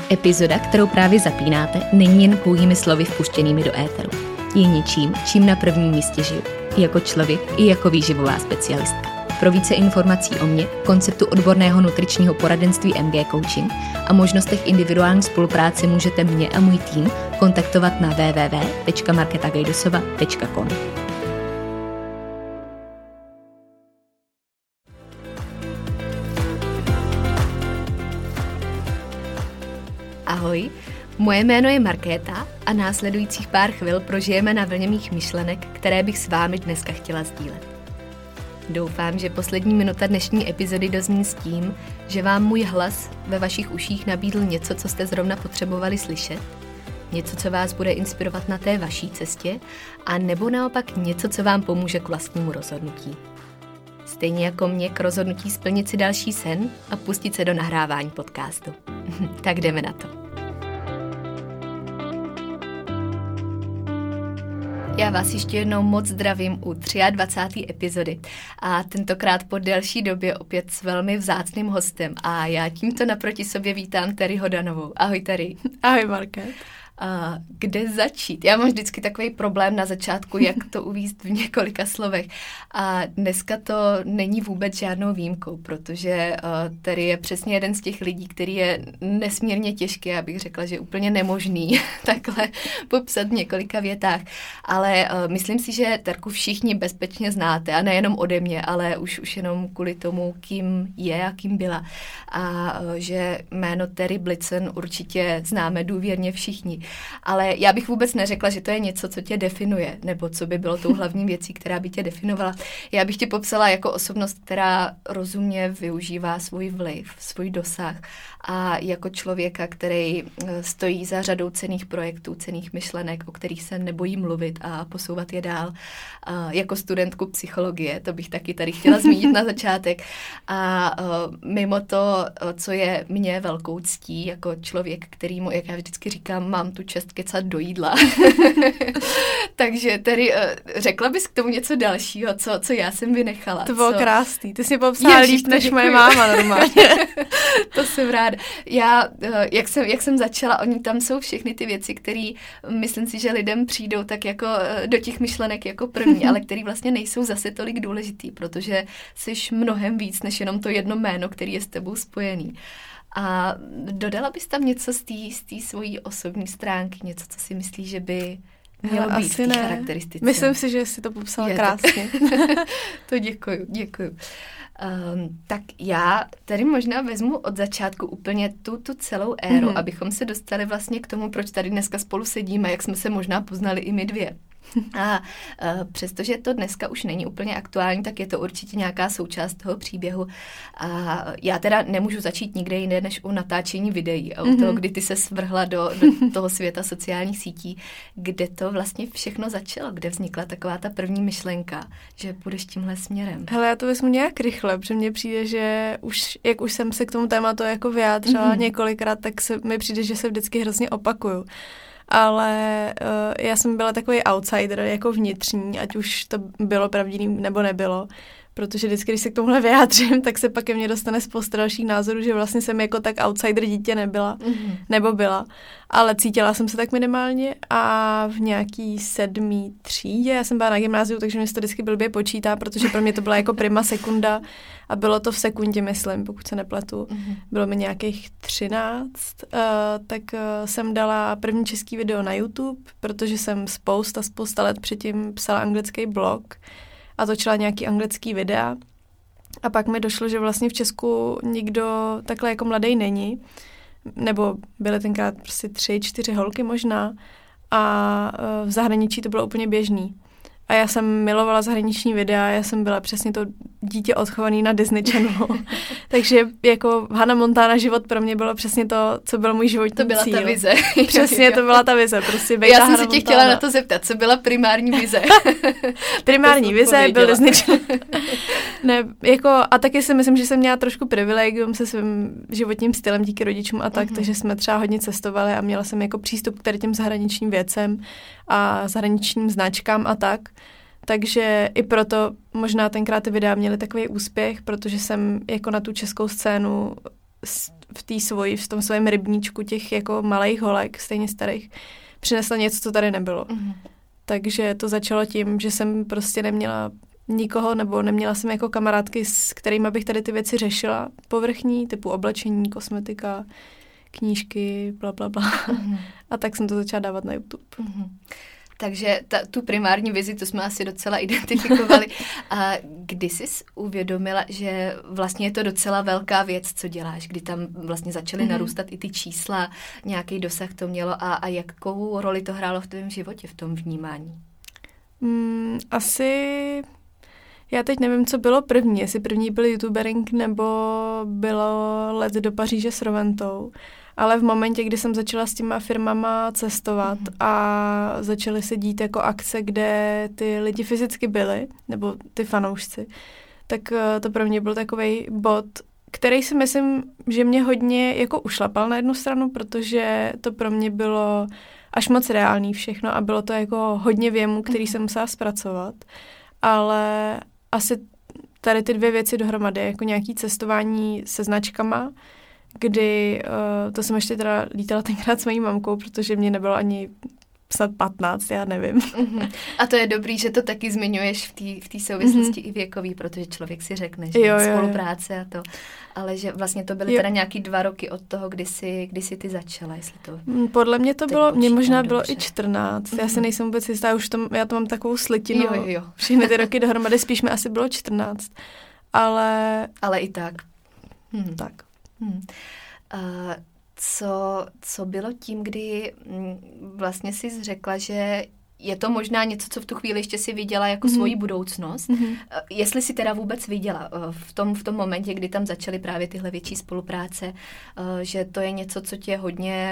Epizoda, kterou právě zapínáte, není jen pouhými slovy vpuštěnými do éteru. Je něčím, čím na prvním místě žiju. I jako člověk, i jako výživová specialistka. Pro více informací o mně, konceptu odborného nutričního poradenství MG Coaching a možnostech individuální spolupráce můžete mě a můj tým kontaktovat na www.marketagajdosova.com. Ahoj, moje jméno je Markéta a následujících pár chvil prožijeme na vlně mých myšlenek, které bych s vámi dneska chtěla sdílet. Doufám, že poslední minuta dnešní epizody dozní s tím, že vám můj hlas ve vašich uších nabídl něco, co jste zrovna potřebovali slyšet, něco, co vás bude inspirovat na té vaší cestě, a nebo naopak něco, co vám pomůže k vlastnímu rozhodnutí. Stejně jako mě k rozhodnutí splnit si další sen a pustit se do nahrávání podcastu. Tak jdeme na to. Já vás ještě jednou moc zdravím u 23. epizody a tentokrát po delší době opět s velmi vzácným hostem a já tímto naproti sobě vítám Terry Hodanovou. Ahoj Terry. Ahoj Market. Kde začít? Já mám vždycky takový problém na začátku, jak to uvést v několika slovech. A dneska to není vůbec žádnou výjimkou, protože Terry je přesně jeden z těch lidí, který je nesmírně těžký, já bych řekla, že úplně nemožný takhle popsat v několika větách. Ale myslím si, že Terku všichni bezpečně znáte a nejenom ode mě, ale už jenom kvůli tomu, kým je a kým byla. A že jméno Terry Blitzen určitě známe důvěrně všichni. Ale já bych vůbec neřekla, že to je něco, co tě definuje, nebo co by bylo tou hlavní věcí, která by tě definovala. Já bych tě popsala jako osobnost, která rozumně využívá svůj vliv, svůj dosah a jako člověka, který stojí za řadou cenných projektů, cenných myšlenek, o kterých se nebojí mluvit a posouvat je dál. Jako studentku psychologie, to bych taky tady chtěla zmínit na začátek. A mimo to, co je mně velkou ctí, jako člověk, kterýmu, jak já vždycky říkám, mám tu čest kecat do jídla. Takže tady řekla bys k tomu něco dalšího, co já jsem vynechala. To bylo krásný. Ty jsi popsala líp než moje máma normálně. To jsem ráda. Já, jak jsem začala, oni tam jsou všechny ty věci, které myslím si, že lidem přijdou tak jako do těch myšlenek jako první, ale které vlastně nejsou zase tolik důležitý, protože jsi mnohem víc než jenom to jedno jméno, který je s tebou spojený. A dodala bys tam něco z té svojí osobní stránky, něco, co si myslíš, že by mělo být v té charakteristice? Myslím si, že jsi to popsala krásně. To děkuju. Tak já tady možná vezmu od začátku úplně tu celou éru, abychom se dostali vlastně k tomu, proč tady dneska spolu sedíme, jak jsme se možná poznali i my dvě. A přestože to dneska už není úplně aktuální, tak je to určitě nějaká součást toho příběhu. A já teda nemůžu začít nikde jinde, než u natáčení videí. A u toho, kdy ty se svrhla do toho světa sociálních sítí, kde to vlastně všechno začalo, kde vznikla taková ta první myšlenka, že půjdeš tímhle směrem. Hele, já to vezmu nějak rychle, protože mně přijde, že jak už jsem se k tomu tématu jako vyjádřila několikrát, tak mi přijde, že se vždycky hrozně opakuju. Ale já jsem byla takový outsider, jako vnitřní, ať už to bylo pravdivý nebo nebylo, protože vždycky, když se k tomuhle vyjádřím, tak se pak ke mně dostane spousta dalších názorů, že vlastně jsem jako tak outsider dítě nebyla, nebo byla, ale cítila jsem se tak minimálně a v nějaký 7. třídě, já jsem byla na gymnáziu, takže mě se to vždycky blbě počítá, protože pro mě to byla jako prima sekunda a bylo to v sekundě, myslím, pokud se nepletu. Bylo mi nějakých 13, tak jsem dala první český video na YouTube, protože jsem spousta let předtím psala anglický blog a točila nějaký anglický videa. A pak mi došlo, že vlastně v Česku nikdo takhle jako mladý není. Nebo byly tenkrát prostě 3-4 holky možná. A v zahraničí to bylo úplně běžný. A já jsem milovala zahraniční videa, já jsem byla přesně to dítě odchovaný na Disney Channel. Takže jako Hannah Montana život pro mě bylo přesně to, co byl můj životní cíl. To byla ta vize. Přesně to byla ta vize. Prostě já jsem se tě chtěla na to zeptat, co byla primární vize? Primární vize byl Disney Channel. Ne, jako, a taky si myslím, že jsem měla trošku privilegium se svým životním stylem díky rodičům a tak, takže jsme třeba hodně cestovali a měla jsem jako přístup k tady těm zahraničním věcem a zahraničním značkám a tak. Takže i proto možná tenkrát ty videa měly takový úspěch, protože jsem jako na tu českou scénu v tom svém rybníčku těch jako malých holek, stejně starých, přinesla něco, co tady nebylo. Takže to začalo tím, že jsem prostě neměla nikoho, nebo neměla jsem jako kamarádky, s kterými bych tady ty věci řešila povrchní, typu oblečení, kosmetika, knížky, blablabla. A tak jsem to začala dávat na YouTube. Takže tu primární vizi, to jsme asi docela identifikovali. A kdy jsi uvědomila, že vlastně je to docela velká věc, co děláš, kdy tam vlastně začaly narůstat i ty čísla, nějaký dosah to mělo a jakou roli to hrálo v tvém životě, v tom vnímání? Asi... Já teď nevím, co bylo první, jestli první byl youtubering nebo bylo let do Paříže s Roventou. Ale v momentě, kdy jsem začala s těma firmama cestovat a začaly se dít jako akce, kde ty lidi fyzicky byli, nebo ty fanoušci, tak to pro mě byl takovej bod, který si myslím, že mě hodně jako ušlapal na jednu stranu, protože to pro mě bylo až moc reálný všechno a bylo to jako hodně věmu, který jsem musela zpracovat. Ale asi tady ty dvě věci dohromady, jako nějaký cestování se značkama, kdy, to jsem ještě teda lítala tenkrát s mojí mamkou, protože mě nebylo ani snad 15, já nevím. A to je dobrý, že to taky zmiňuješ v té souvislosti i věkový, protože člověk si řekne, že spolupráce a to. Ale že vlastně to byly teda nějaký 2 roky od toho, kdy jsi ty začala, jestli to... Podle mě to bylo, mě možná bylo i 14. Já si nejsem vůbec jistá, já to mám takovou slitinu. Jo. Všechny ty roky dohromady, spíš mi asi bylo 14. Ale i tak. Tak. Co bylo tím, kdy vlastně jsi řekla, že je to možná něco, co v tu chvíli ještě si viděla jako svoji budoucnost. Jestli si teda vůbec viděla v tom momentě, kdy tam začaly právě tyhle větší spolupráce, že to je něco, co tě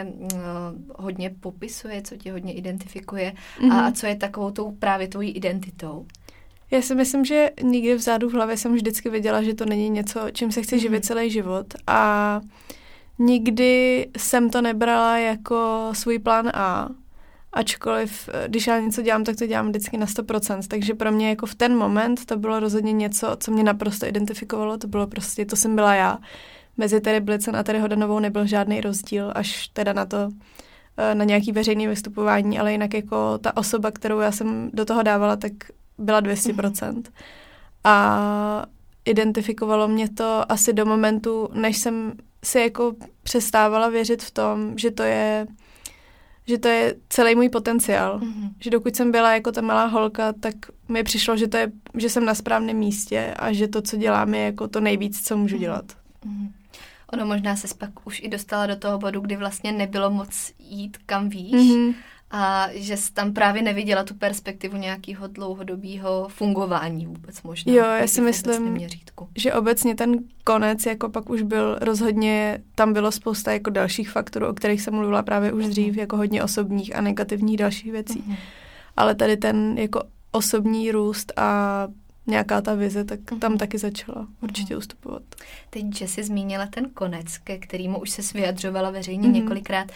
hodně popisuje, co tě hodně identifikuje a co je takovou právě tvojí identitou. Já si myslím, že nikdy vzadu v hlavě jsem vždycky věděla, že to není něco, čím se chci živit celý život a nikdy jsem to nebrala jako svůj plán A, ačkoliv, když já něco dělám, tak to dělám vždycky na 100%, takže pro mě jako v ten moment to bylo rozhodně něco, co mě naprosto identifikovalo, to bylo prostě, to jsem byla já. Mezi Terry Blitzen a Terry Hodanovou nebyl žádný rozdíl, až teda na nějaký veřejný vystupování, ale jinak jako ta osoba, kterou já jsem do toho dávala, tak byla 200%. A identifikovalo mě to asi do momentu, než jsem si jako přestávala věřit v tom, že to je celý můj potenciál. Že dokud jsem byla jako ta malá holka, tak mi přišlo, že jsem na správném místě a že to, co dělám, je jako to nejvíc, co můžu dělat. Ono možná se pak už i dostala do toho bodu, kdy vlastně nebylo moc jít kam víš a že jsi tam právě neviděla tu perspektivu nějakého dlouhodobého fungování vůbec možná. Jo, já si myslím, že obecně ten konec jako pak už byl rozhodně, tam bylo spousta jako dalších faktorů, o kterých jsem mluvila právě už dřív, jako hodně osobních a negativních dalších věcí. Ale tady ten jako osobní růst a nějaká ta vize, tak tam taky začala určitě ustupovat. Teď, že jsi zmínila ten konec, ke kterému už ses vyjadřovala veřejně několikrát.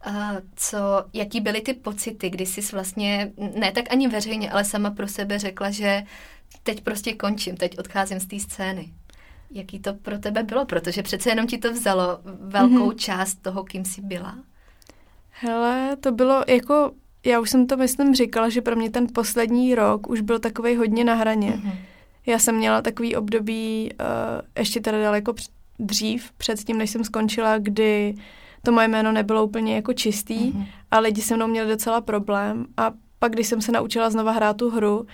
Jaký byly ty pocity, kdy jsi vlastně, ne tak ani veřejně, ale sama pro sebe řekla, že teď prostě končím, teď odcházím z té scény. Jaký to pro tebe bylo? Protože přece jenom ti to vzalo velkou část toho, kým jsi byla. Hele, to bylo jako... Já už jsem to, myslím, říkala, že pro mě ten poslední rok už byl takovej hodně na hraně. Já jsem měla takový období, ještě teda daleko dřív, před tím, než jsem skončila, kdy to moje jméno nebylo úplně jako čistý a lidi se mnou měli docela problém. A pak, když jsem se naučila znova hrát tu hru,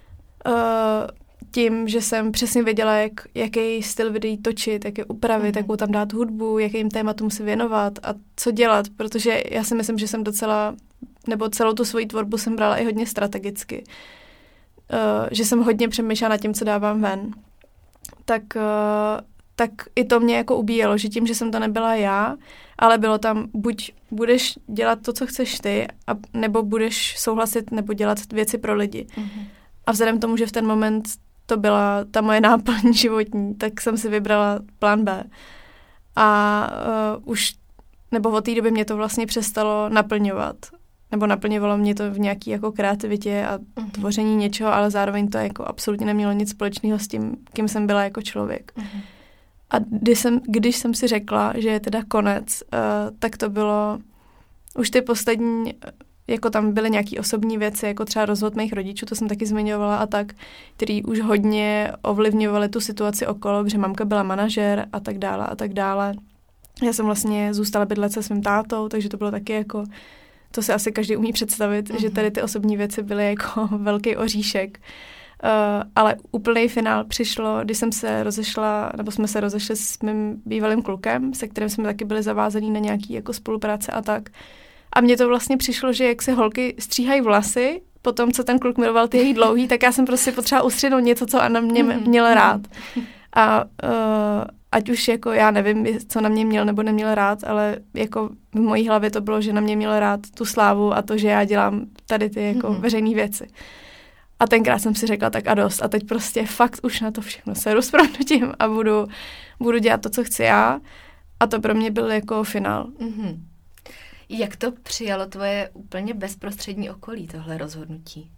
tím, že jsem přesně věděla, jaký styl videí točit, jak je upravit, jakou tam dát hudbu, jakým tématům se věnovat a co dělat, protože já si myslím, že jsem nebo celou tu svoji tvorbu jsem brala i hodně strategicky. Že jsem hodně přemýšlela nad tím, co dávám ven. Tak i to mě jako ubíjelo, že tím, že jsem to nebyla já, ale bylo tam, buď budeš dělat to, co chceš ty, nebo budeš souhlasit nebo dělat věci pro lidi. A vzhledem k tomu, že v ten moment to byla ta moje náplň životní, tak jsem si vybrala plán B. A nebo od té doby mě to vlastně přestalo naplňovat. Nebo naplňovalo mě to v nějaký jako kreativitě a tvoření něčeho, ale zároveň to jako absolutně nemělo nic společného s tím, kým jsem byla jako člověk. A když jsem si řekla, že je teda konec, tak to bylo už ty poslední, jako tam byly nějaký osobní věci, jako třeba rozvod mých rodičů, to jsem taky zmiňovala a tak, který už hodně ovlivňovaly tu situaci okolo, protože mamka byla manažer a tak dále a tak dále. Já jsem vlastně zůstala bydlet se svým tátou, takže to bylo taky jako, to si asi každý umí představit, že tady ty osobní věci byly jako velký oříšek. Ale úplný finál přišlo, když jsem se rozešla, nebo jsme se rozešli s mým bývalým klukem, se kterým jsme taky byli zavázaný na nějaký jako spolupráce a tak. A mně to vlastně přišlo, že jak se holky stříhají vlasy, po tom, co ten kluk miloval ty její dlouhý, tak já jsem prostě potřeba ustřihnout něco, co Anna mě měl rád. A ať už jako já nevím, co na mě měl nebo neměl rád, ale jako v mojí hlavě to bylo, že na mě měl rád tu slávu a to, že já dělám tady ty jako veřejné věci. A tenkrát jsem si řekla tak a dost. A teď prostě fakt už na to všechno seru s prohnutím a budu dělat to, co chci já. A to pro mě byl jako finál. Mm-hmm. Jak to přijalo tvoje úplně bezprostřední okolí, tohle rozhodnutí?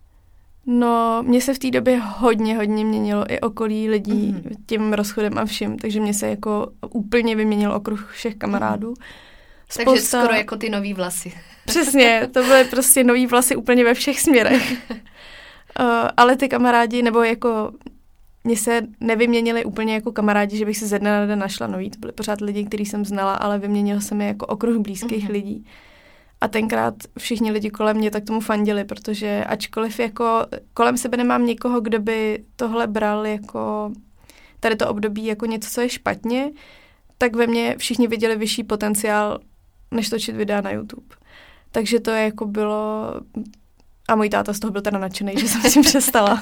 No, mně se v té době hodně měnilo i okolí lidí tím rozchodem a vším, takže mně se jako úplně vyměnil okruh všech kamarádů. Takže skoro jako ty nový vlasy. Přesně, to byly prostě nový vlasy úplně ve všech směrech. Ale ty kamarádi, nebo jako mě se nevyměnili úplně jako kamarádi, že bych se ze dne na den našla nový. To byly pořád lidi, který jsem znala, ale vyměnil se mi jako okruh blízkých lidí. A tenkrát všichni lidi kolem mě tak tomu fandili, protože ačkoliv jako kolem sebe nemám někoho, kdo by tohle bral jako tady to období jako něco, co je špatně, tak ve mně všichni viděli vyšší potenciál, než točit videa na YouTube. Takže to jako bylo... A můj táta z toho byl teda nadšený, že jsem s tím přestala.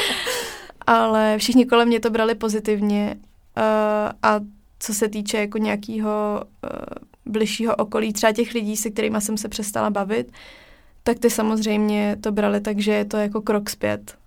Ale všichni kolem mě to brali pozitivně. A co se týče jako nějakého bližšího okolí, třeba těch lidí, se kterými jsem se přestala bavit, tak ty samozřejmě to brali tak, že je to jako krok zpět.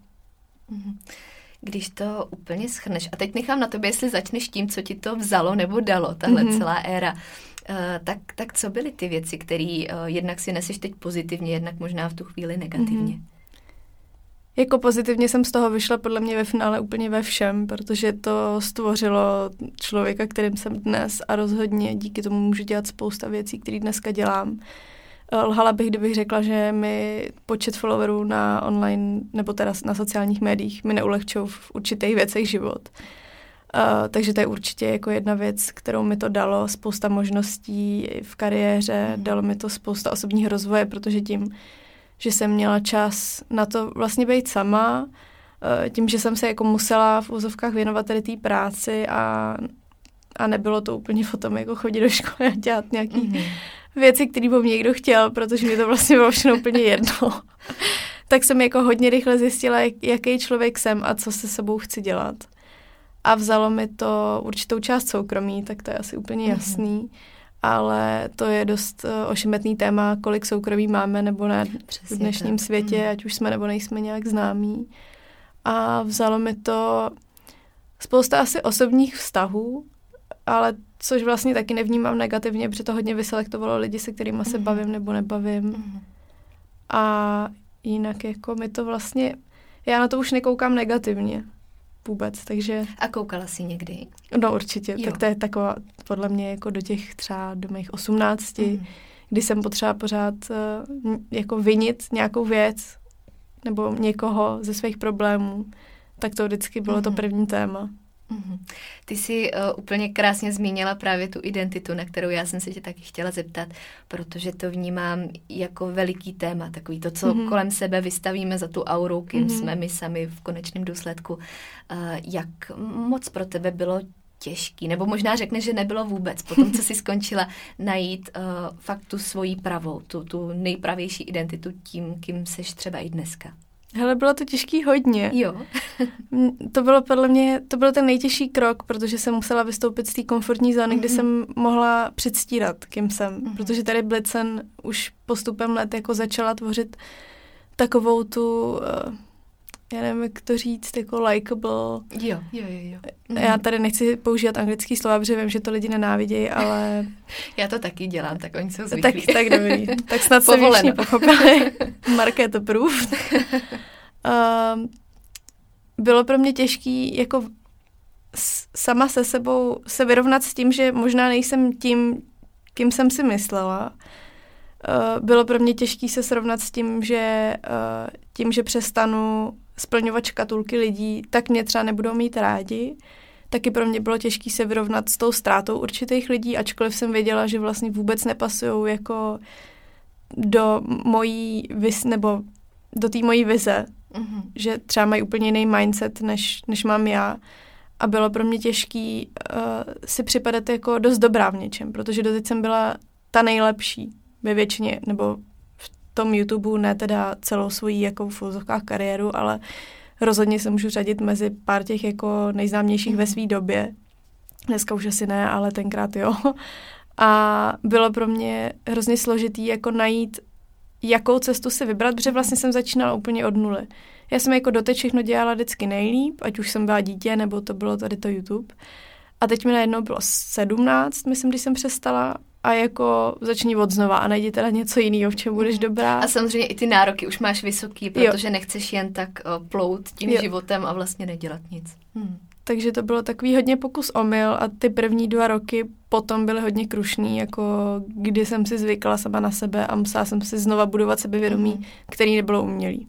Když to úplně shrneš, a teď nechám na tobě, jestli začneš tím, co ti to vzalo nebo dalo, tahle celá éra, tak co byly ty věci, které jednak si neseš teď pozitivně, jednak možná v tu chvíli negativně? Jako pozitivně jsem z toho vyšla podle mě ve finále úplně ve všem, protože to stvořilo člověka, kterým jsem dnes a rozhodně díky tomu můžu dělat spousta věcí, které dneska dělám. Lhala bych, kdybych řekla, že mi počet followerů na online nebo teda na sociálních médiích mi neulehčují v určitých věcech život. Takže to je určitě jako jedna věc, kterou mi to dalo, spousta možností v kariéře, dalo mi to spousta osobního rozvoje, protože tím, že jsem měla čas na to vlastně být sama, tím, že jsem se jako musela v úzovkách věnovat tady té práci a nebylo to úplně o tom jako chodit do školy a dělat nějaký věci, které po mně někdo chtěl, protože mi to vlastně bylo všechno úplně jedno. Tak jsem jako hodně rychle zjistila, jaký člověk jsem a co se sebou chci dělat. A vzalo mi to určitou část soukromí, tak to je asi úplně jasný. Ale to je dost ošemetný téma, kolik soukromí máme nebo ne v dnešním světě, ať už jsme nebo nejsme nějak známí. A vzalo mi to spousta asi osobních vztahů, ale což vlastně taky nevnímám negativně, protože to hodně vyselektovalo lidi, se kterými se bavím nebo nebavím. A jinak jako mi to vlastně, já na to už nekoukám negativně vůbec, takže... A koukala jsi někdy? No určitě, tak to je taková podle mě jako do těch třeba do mých 18, kdy jsem potřeba pořád jako vinit nějakou věc nebo někoho ze svých problémů, tak to vždycky bylo to první téma. Ty jsi úplně krásně zmínila právě tu identitu, na kterou já jsem se tě taky chtěla zeptat, protože to vnímám jako veliký téma, takový to, co kolem sebe vystavíme za tu aurou, kým jsme my sami v konečném důsledku. Jak moc pro tebe bylo těžký, nebo možná řekneš, že nebylo vůbec, potom, co jsi skončila, najít fakt tu svoji pravou, tu nejpravější identitu tím, kým seš třeba i dneska. Hele, bylo to těžký hodně. Jo. To bylo podle mě, to byl ten nejtěžší krok, protože jsem musela vystoupit z té komfortní zóny, kdy jsem mohla předstírat, kým jsem. Protože tady Blitzen už postupem let jako začala tvořit takovou tu, já nevím, jak to říct, jako likeable. Jo. Já tady nechci používat anglický slova, protože vím, že to lidi nenávidějí, ale... Já to taky dělám, tak oni jsou zvyklí. Tak dobrý. Tak snad se všichni pochopili. Market approved. Bylo pro mě těžký jako sama se sebou se vyrovnat s tím, že možná nejsem tím, kým jsem si myslela. Bylo pro mě těžké se srovnat s tím, že přestanu splňovat škatulky lidí, tak mě třeba nebudou mít rádi. Taky pro mě bylo těžké se vyrovnat s tou ztrátou určitých lidí, ačkoliv jsem věděla, že vlastně vůbec nepasujou jako do mojí nebo do té mojí vize. Že třeba mají úplně jiný mindset, než mám já. A bylo pro mě těžký si připadat jako dost dobrá v něčem, protože doteď jsem byla ta nejlepší ve většině, nebo v tom YouTube, ne teda celou svoji jako v uvozovkách kariéru, ale rozhodně se můžu řadit mezi pár těch jako nejznámějších ve své době. Dneska už asi ne, ale tenkrát jo. A bylo pro mě hrozně složitý jako najít, jakou cestu si vybrat, protože vlastně jsem začínala úplně od nuly. Já jsem jako doteď všechno dělala vždycky nejlíp, ať už jsem byla dítě, nebo to bylo tady to YouTube. A teď mi najednou bylo 17, myslím, když jsem přestala, a jako začni od znova a najdi teda něco jiného, v čem budeš dobrá. A samozřejmě i ty nároky už máš vysoký, protože nechceš jen tak plout tím životem a vlastně nedělat nic. Takže to bylo takový hodně pokus omyl a ty první 2 roky potom byly hodně krušný, jako kdy jsem si zvykla sama na sebe a musela jsem si znova budovat sebevědomí, který nebylo umělý.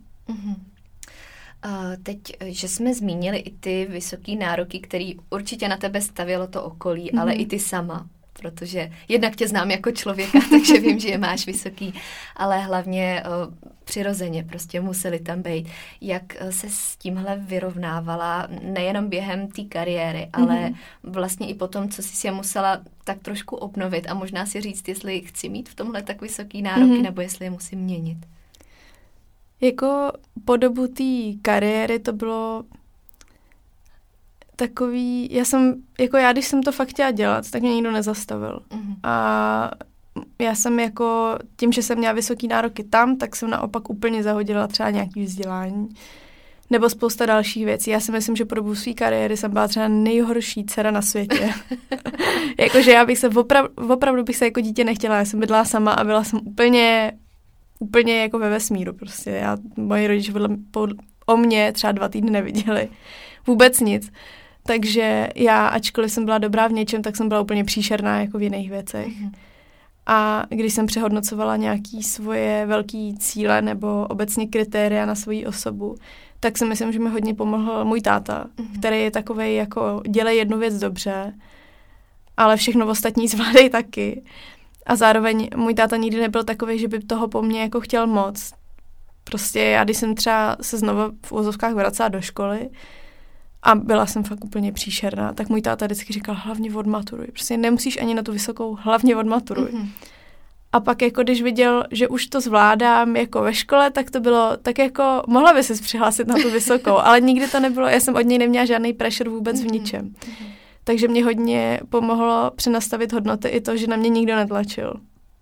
Teď, že jsme zmínili i ty vysoký nároky, který určitě na tebe stavělo to okolí, ale i ty sama, protože jednak tě znám jako člověka, takže vím, že je máš vysoký, ale hlavně přirozeně prostě museli tam být. Jak se s tímhle vyrovnávala nejenom během té kariéry, ale vlastně i potom, co jsi si je musela tak trošku obnovit a možná si říct, jestli chci mít v tomhle tak vysoký nároky, nebo jestli je musím měnit. Jako po dobu té kariéry to bylo takový, když jsem to fakt chtěla dělat, tak mě nikdo nezastavil. A já jsem jako, tím, že jsem měla vysoký nároky tam, tak jsem naopak úplně zahodila třeba nějaký vzdělání. Nebo spousta dalších věcí. Já si myslím, že po dobu své kariéry jsem byla třeba nejhorší dcera na světě. Jakože já bych se opravdu bych se jako dítě nechtěla. Já jsem bydlela sama a byla jsem úplně jako ve vesmíru prostě. Moji rodiče o mě třeba 2 týdny neviděli. Vůbec nic. Takže já, ačkoliv jsem byla dobrá v něčem, tak jsem byla úplně příšerná jako v jiných věcech. A když jsem přehodnocovala nějaký svoje velký cíle nebo obecně kritéria na svoji osobu, tak si myslím, že mi hodně pomohl můj táta, který je takovej jako dělej jednu věc dobře, ale všechno ostatní zvládej taky. A zároveň můj táta nikdy nebyl takovej, že by toho po mně jako chtěl moc. Prostě já, když jsem třeba se znova v uvozovkách vracela do školy a byla jsem fakt úplně příšerná, tak můj táta vždycky říkal, hlavně odmaturuj. Prostě nemusíš ani na tu vysokou, hlavně odmaturuj. A pak jako když viděl, že už to zvládám jako ve škole, tak to bylo, tak jako mohla by ses přihlásit na tu vysokou, ale nikdy to nebylo, já jsem od něj neměla žádný pressure vůbec v ničem. Takže mě hodně pomohlo přenastavit hodnoty i to, že na mě nikdo netlačil.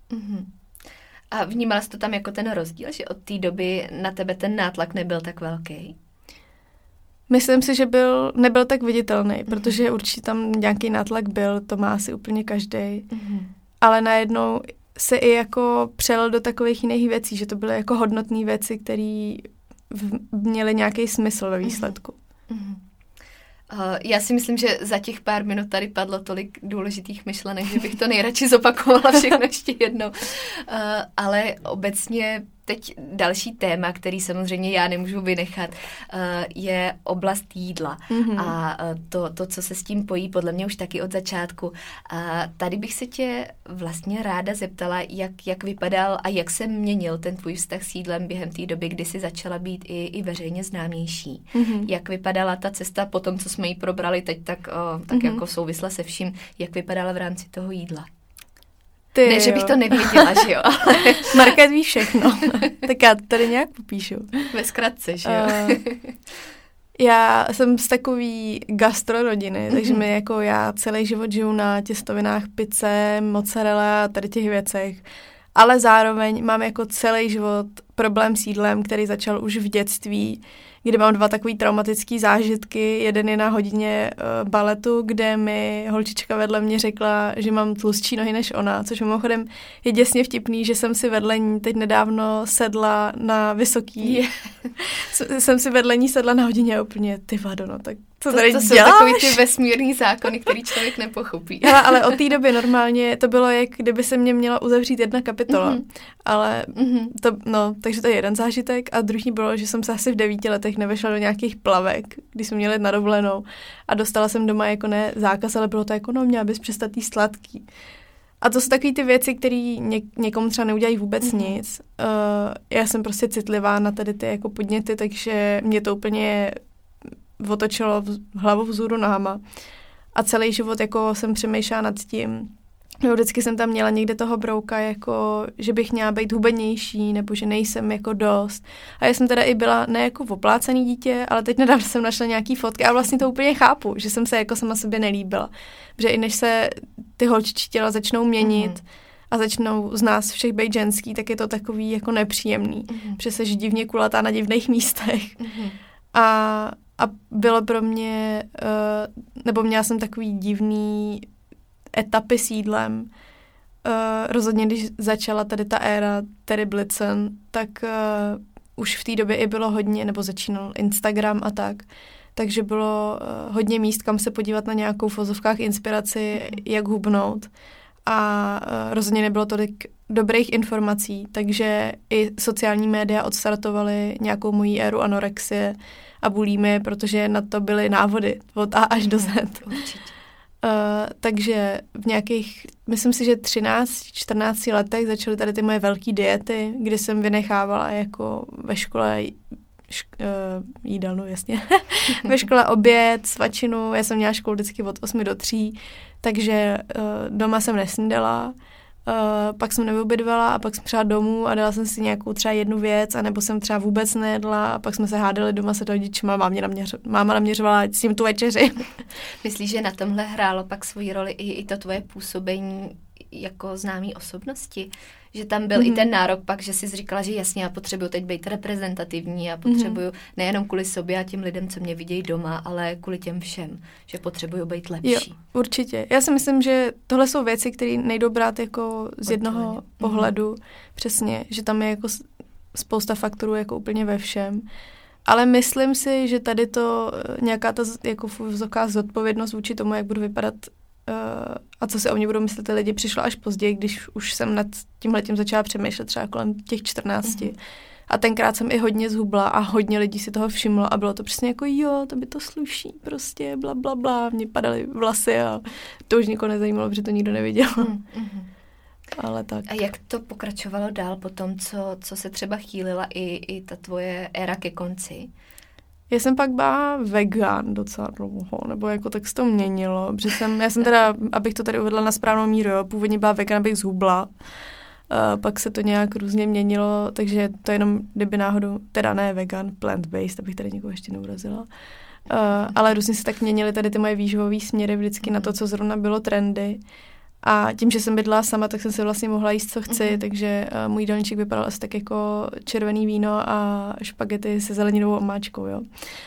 A vnímala jsi to tam jako ten rozdíl, že od té doby na tebe ten nátlak nebyl tak velký? Myslím si, že nebyl tak viditelný, protože určitě tam nějaký nátlak byl, to má asi úplně každej. Ale najednou se i jako přelil do takových jiných věcí, že to byly jako hodnotné věci, které měly nějaký smysl ve výsledku. Já si myslím, že za těch pár minut tady padlo tolik důležitých myšlenek, že bych to nejradši zopakovala všechno ještě jednou. Ale obecně teď další téma, který samozřejmě já nemůžu vynechat, je oblast jídla. A to, co se s tím pojí, podle mě už taky od začátku. A tady bych se tě vlastně ráda zeptala, jak vypadal a jak se měnil ten tvůj vztah s jídlem během té doby, kdy jsi začala být i veřejně známější. Jak vypadala ta cesta po tom, co jsme ji probrali teď, tak jako souvisla se vším, jak vypadala v rámci toho jídla? Ne, že bych to nevěděla, že jo. Markéta ví všechno. Tak já to tady nějak popíšu. Ve zkratce, že jo. Já jsem z takový gastrorodiny, takže mi jako já celý život žiju na těstovinách, pice, mozzarella a tady těch věcech. Ale zároveň mám jako celý život problém s jídlem, který začal už v dětství, kdy mám 2 takový traumatický zážitky. Jeden je na hodině baletu, kde mi holčička vedle mě řekla, že mám tlustší nohy než ona, což mimochodem je děsně vtipný, že jsem si vedle ní teď nedávno sedla na vysoký. Jsem si vedle ní sedla na hodině úplně, ty vado, no, tak co tady to děláš? jsou takový ty vesmírný zákony, který člověk nepochopí. Ale od té doby normálně to bylo, jak kdyby se mě měla uzavřít jedna kapitola. Ale takže to je jeden zážitek a druhý bylo, že jsem se asi v 9 letech nevešla do nějakých plavek, když jsme měli jet na dovolenou a dostala jsem doma jako ne zákaz, ale bylo to jako, měla bys přestat jíst sladký. A to jsou takové ty věci, které někomu třeba neudělají vůbec nic. Já jsem prostě citlivá na tady ty jako podněty, takže mě to úplně otočilo hlavu vzhůru nohama. A celý život jako jsem přemýšlela nad tím. Vždycky jsem tam měla někde toho brouka, jako, že bych měla být hubenější, nebo že nejsem jako dost. A já jsem teda i byla ne jako oplácený dítě, ale teď nedávno jsem našla nějaký fotky a vlastně to úplně chápu, že jsem se jako sama sobě nelíbila. Protože i než se ty holčičí těla začnou měnit a začnou z nás všech být ženský, tak je to takový jako nepříjemný. Protože seš divně kulatá na divných místech. A bylo pro mě, nebo měla jsem takový divný etapy s jídlem. Rozhodně, když začala tady ta éra Terry Blitzen, tak už v té době i bylo hodně, nebo začínal Instagram a tak, takže bylo hodně míst, kam se podívat na nějakou v ozovkách inspiraci, jak hubnout. A rozhodně nebylo tolik dobrých informací, takže i sociální média odstartovaly nějakou mojí éru anorexie a bulimie, protože na to byly návody od A až do Z. Určitě. Takže v nějakých, myslím si, že 13-14 letech začaly tady ty moje velké diety, kdy jsem vynechávala jako ve škole jídelnu, jasně. Ve škole oběd, svačinu, já jsem měla školu vždycky od 8 do 3, takže doma jsem nesnídala, pak jsem nevyobědvala a pak jsem přišla domů a dala jsem si nějakou třeba jednu věc, anebo jsem třeba vůbec nejedla a pak jsme se hádali doma se rodičima, máma naměřovala s tím tu večeři. Myslíš, že na tomhle hrálo pak svoji roli i to tvoje působení jako známý osobnosti? Že tam byl i ten nárok pak, že jsi říkala, že jasně, já potřebuju teď být reprezentativní a potřebuju nejenom kvůli sobě a těm lidem, co mě vidějí doma, ale kvůli těm všem, že potřebuju být lepší. Jo, určitě. Já si myslím, že tohle jsou věci, které nejdou brát jako z jednoho pohledu, přesně, že tam je jako spousta faktorů jako úplně ve všem. Ale myslím si, že tady to nějaká ta jako zodpovědnost vůči tomu, jak budu vypadat a co si o mě budou myslet ty lidi, přišlo až později, když už jsem nad tímhletím začala přemýšlet třeba kolem těch 14. A tenkrát jsem i hodně zhubla a hodně lidí si toho všimlo a bylo to přesně jako jo, to by to sluší, prostě bla, bla, bla. Mně padaly vlasy a to už nikoho nezajímalo, protože to nikdo neviděl. Ale tak. A jak to pokračovalo dál po tom, co se třeba chýlila i ta tvoje éra ke konci? Já jsem pak byla vegan docela dlouho, nebo jako tak se to měnilo, protože já jsem teda, abych to tady uvedla na správnou míru, jo, původně byla vegan, abych zhubla, pak se to nějak různě měnilo, takže to jenom, kdyby náhodou, teda ne vegan, plant-based, abych tady někoho ještě neurazila, ale různě se tak měnily tady ty moje výživové směry vždycky na to, co zrovna bylo trendy. A tím, že jsem bydlela sama, tak jsem si vlastně mohla jíst, co chci, takže můj jídelníček vypadal asi tak jako červený víno a špagety se zeleninovou omáčkou, jo.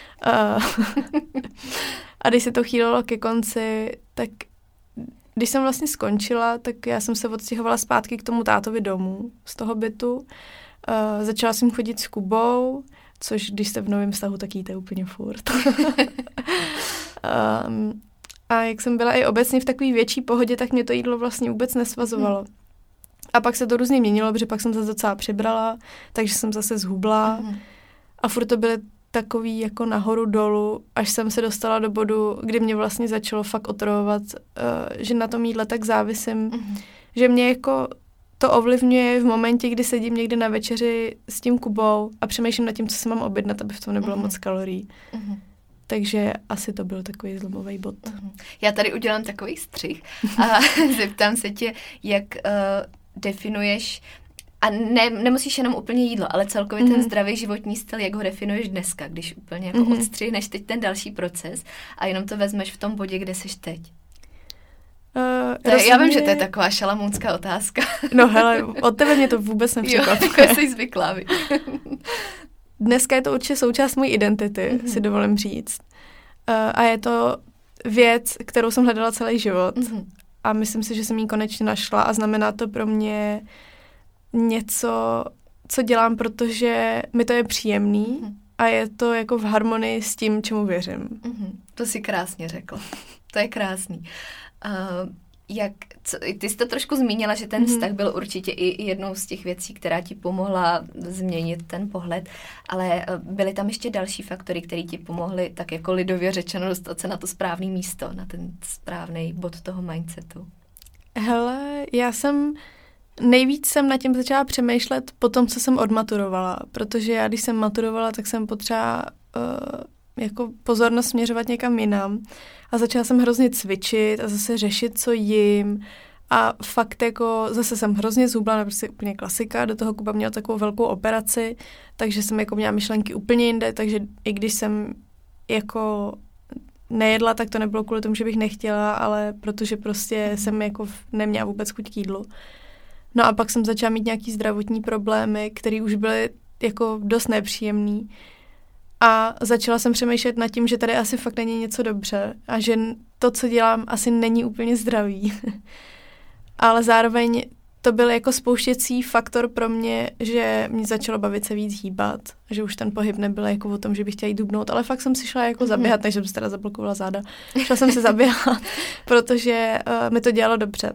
A když se to chýlilo ke konci, tak když jsem vlastně skončila, tak já jsem se odstěhovala zpátky k tomu tátovi domů z toho bytu. Začala jsem chodit s Kubou, což když jste v novém vztahu, tak jíte úplně furt. A jak jsem byla i obecně v takové větší pohodě, tak mě to jídlo vlastně vůbec nesvazovalo. A pak se to různě měnilo, protože pak jsem se docela přibrala, takže jsem zase zhubla. A furt to byly takový jako nahoru dolů, až jsem se dostala do bodu, kdy mě vlastně začalo fakt otravovat, že na tom jídle tak závisím, že mě jako to ovlivňuje v momentě, kdy sedím někde na večeři s tím Kubou a přemýšlím nad tím, co si mám objednat, aby v tom nebylo moc kalorií. Takže asi to byl takový zlomový bod. Já tady udělám takový střih a zeptám se tě, jak definuješ, a nemusíš jenom úplně jídlo, ale celkově ten zdravý životní styl, jak ho definuješ dneska, když úplně jako odstřihneš teď ten další proces a jenom to vezmeš v tom bodě, kde jsi teď. Já vím, že to je taková šalamounská otázka. No hele, od tebe mě to vůbec nepřekvapuje. Jo, jsi zvyklá. Dneska je to určitě součást mojí identity, si dovolím říct. A je to věc, kterou jsem hledala celý život. A myslím si, že jsem ji konečně našla a znamená to pro mě něco, co dělám, protože mi to je příjemný a je to jako v harmonii s tím, čemu věřím. To si krásně řekl. To je krásný. Ty jsi to trošku zmínila, že ten vztah byl určitě i jednou z těch věcí, která ti pomohla změnit ten pohled, ale byly tam ještě další faktory, které ti pomohly, tak jako lidově řečeno, dostat se na to správné místo, na ten správný bod toho mindsetu. Hele, nejvíc jsem nad tím začala přemýšlet po tom, co jsem odmaturovala, protože já, když jsem maturovala, tak jsem potřeba jako pozornost směřovat někam jinam a začala jsem hrozně cvičit a zase řešit, co jim a fakt jako zase jsem hrozně zhubla, prostě úplně klasika, do toho Kuba měl takovou velkou operaci, takže jsem jako měla myšlenky úplně jinde, takže i když jsem jako nejedla, tak to nebylo kvůli tomu, že bych nechtěla, ale protože prostě jsem jako neměla vůbec chuť k jídlu. No a pak jsem začala mít nějaký zdravotní problémy, které už byly jako dost nepříjemný. A začala jsem přemýšlet nad tím, že tady asi fakt není něco dobře a že to, co dělám, asi není úplně zdravý. Ale zároveň to byl jako spouštěcí faktor pro mě, že mě začalo bavit se víc hýbat, že už ten pohyb nebyl jako o tom, že bych chtěla jít dubnout, ale fakt jsem si šla jako zaběhat, takže jsem si teda zablokovala záda. Šla jsem se zaběhat, protože mi to dělalo dobře.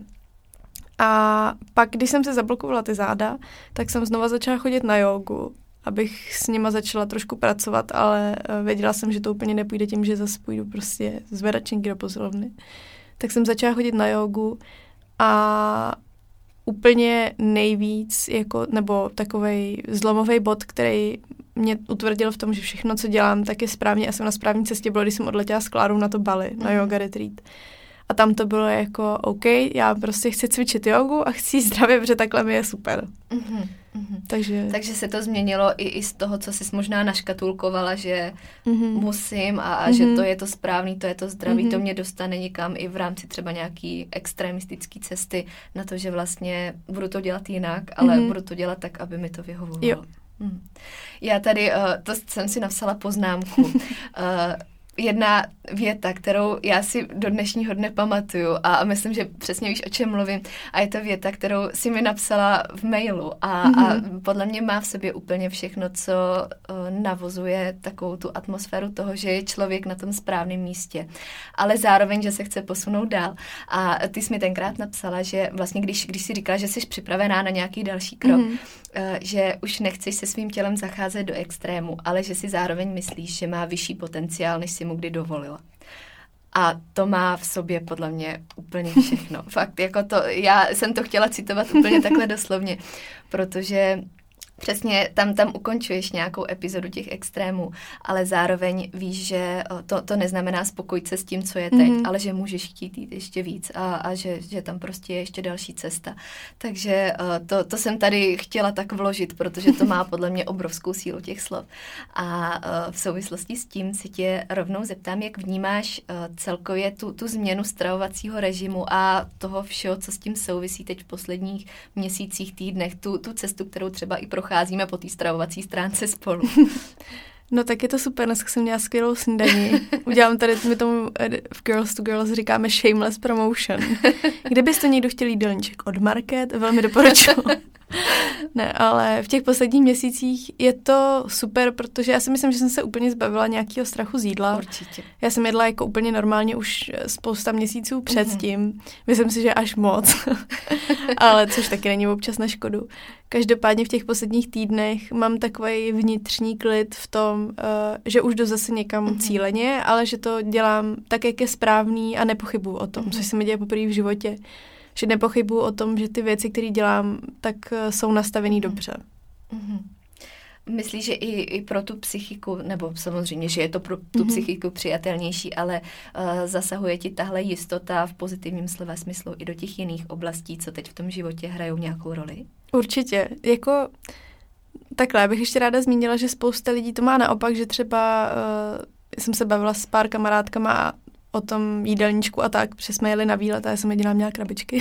A pak, když jsem se zablokovala ty záda, tak jsem znova začala chodit na jógu, abych s nima začala trošku pracovat, ale věděla jsem, že to úplně nepůjde tím, že zase půjdu prostě zvedačenky do posilovny. Tak jsem začala chodit na jógu a úplně nejvíc, jako, nebo takovej zlomový bod, který mě utvrdil v tom, že všechno, co dělám, tak je správně a jsem na správné cestě, bylo, když jsem odletěla s Klárou na to Bali, na yoga retreat. A tam to bylo jako, OK, já prostě chci cvičit jogu a chci zdravě, protože takhle mi je super. Takže se to změnilo i z toho, co jsi možná naškatulkovala, že musím a že to je to správný, to je to zdravý, to mě dostane někam i v rámci třeba nějaký extremistický cesty na to, že vlastně budu to dělat jinak, ale budu to dělat tak, aby mi to vyhovovalo. Jo. Já tady, to jsem si napsala poznámku, jedna věta, kterou já si do dnešního dne pamatuju a myslím, že přesně víš, o čem mluvím. A je to věta, kterou si mi napsala v mailu a podle mě má v sobě úplně všechno, co navozuje takovou tu atmosféru toho, že je člověk na tom správném místě. Ale zároveň, že se chce posunout dál. A ty jsi mi tenkrát napsala, že vlastně, když si říkala, že jsi připravená na nějaký další krok, že už nechceš se svým tělem zacházet do extrému, ale že si zároveň myslíš, že má vyšší potenciál, než si mu kdy dovolila. A to má v sobě podle mě úplně všechno. Fakt, jako to, já jsem to chtěla citovat úplně takhle doslovně, protože přesně tam ukončuješ nějakou epizodu těch extrémů, ale zároveň víš, že to neznamená spokojit se s tím, co je teď, ale že můžeš chtít jít ještě víc a že tam prostě je ještě další cesta. Takže to jsem tady chtěla tak vložit, protože to má podle mě obrovskou sílu těch slov. A v souvislosti s tím si tě rovnou zeptám, jak vnímáš celkově tu změnu stravovacího režimu a toho všeho, co s tím souvisí teď v posledních měsících, týdnech, tu cestu, kterou třeba i procházíme po té stravovací stránce spolu. No tak je to super, dneska jsem měla skvělou snídaní. Udělám tady, my tomu v Girls to Girls říkáme shameless promotion. Kdybyste někdo chtěl jídelníček od Market, velmi doporučuji. Ne, ale v těch posledních měsících je to super, protože já si myslím, že jsem se úplně zbavila nějakého strachu z jídla. Určitě. Já jsem jedla jako úplně normálně už spousta měsíců předtím. Myslím si, že až moc. Ale což taky není občas na škodu. Každopádně v těch posledních týdnech mám takový vnitřní klid v tom, že už jdu zase někam cíleně, ale že to dělám tak, jak je správný a nepochybuju o tom, což se mi děje poprvé v životě. Že nepochybuju o tom, že ty věci, které dělám, tak jsou nastavený dobře. Myslíš, že i pro tu psychiku, nebo samozřejmě, že je to pro tu psychiku přijatelnější, ale zasahuje ti tahle jistota v pozitivním slova smyslu i do těch jiných oblastí, co teď v tom životě hrajou nějakou roli? Určitě. Jako takhle, já bych ještě ráda zmínila, že spousta lidí to má naopak, že třeba jsem se bavila s pár kamarádkama o tom jídelníčku a tak, protože jsme jeli na výlet a já jsem jediná měla krabičky.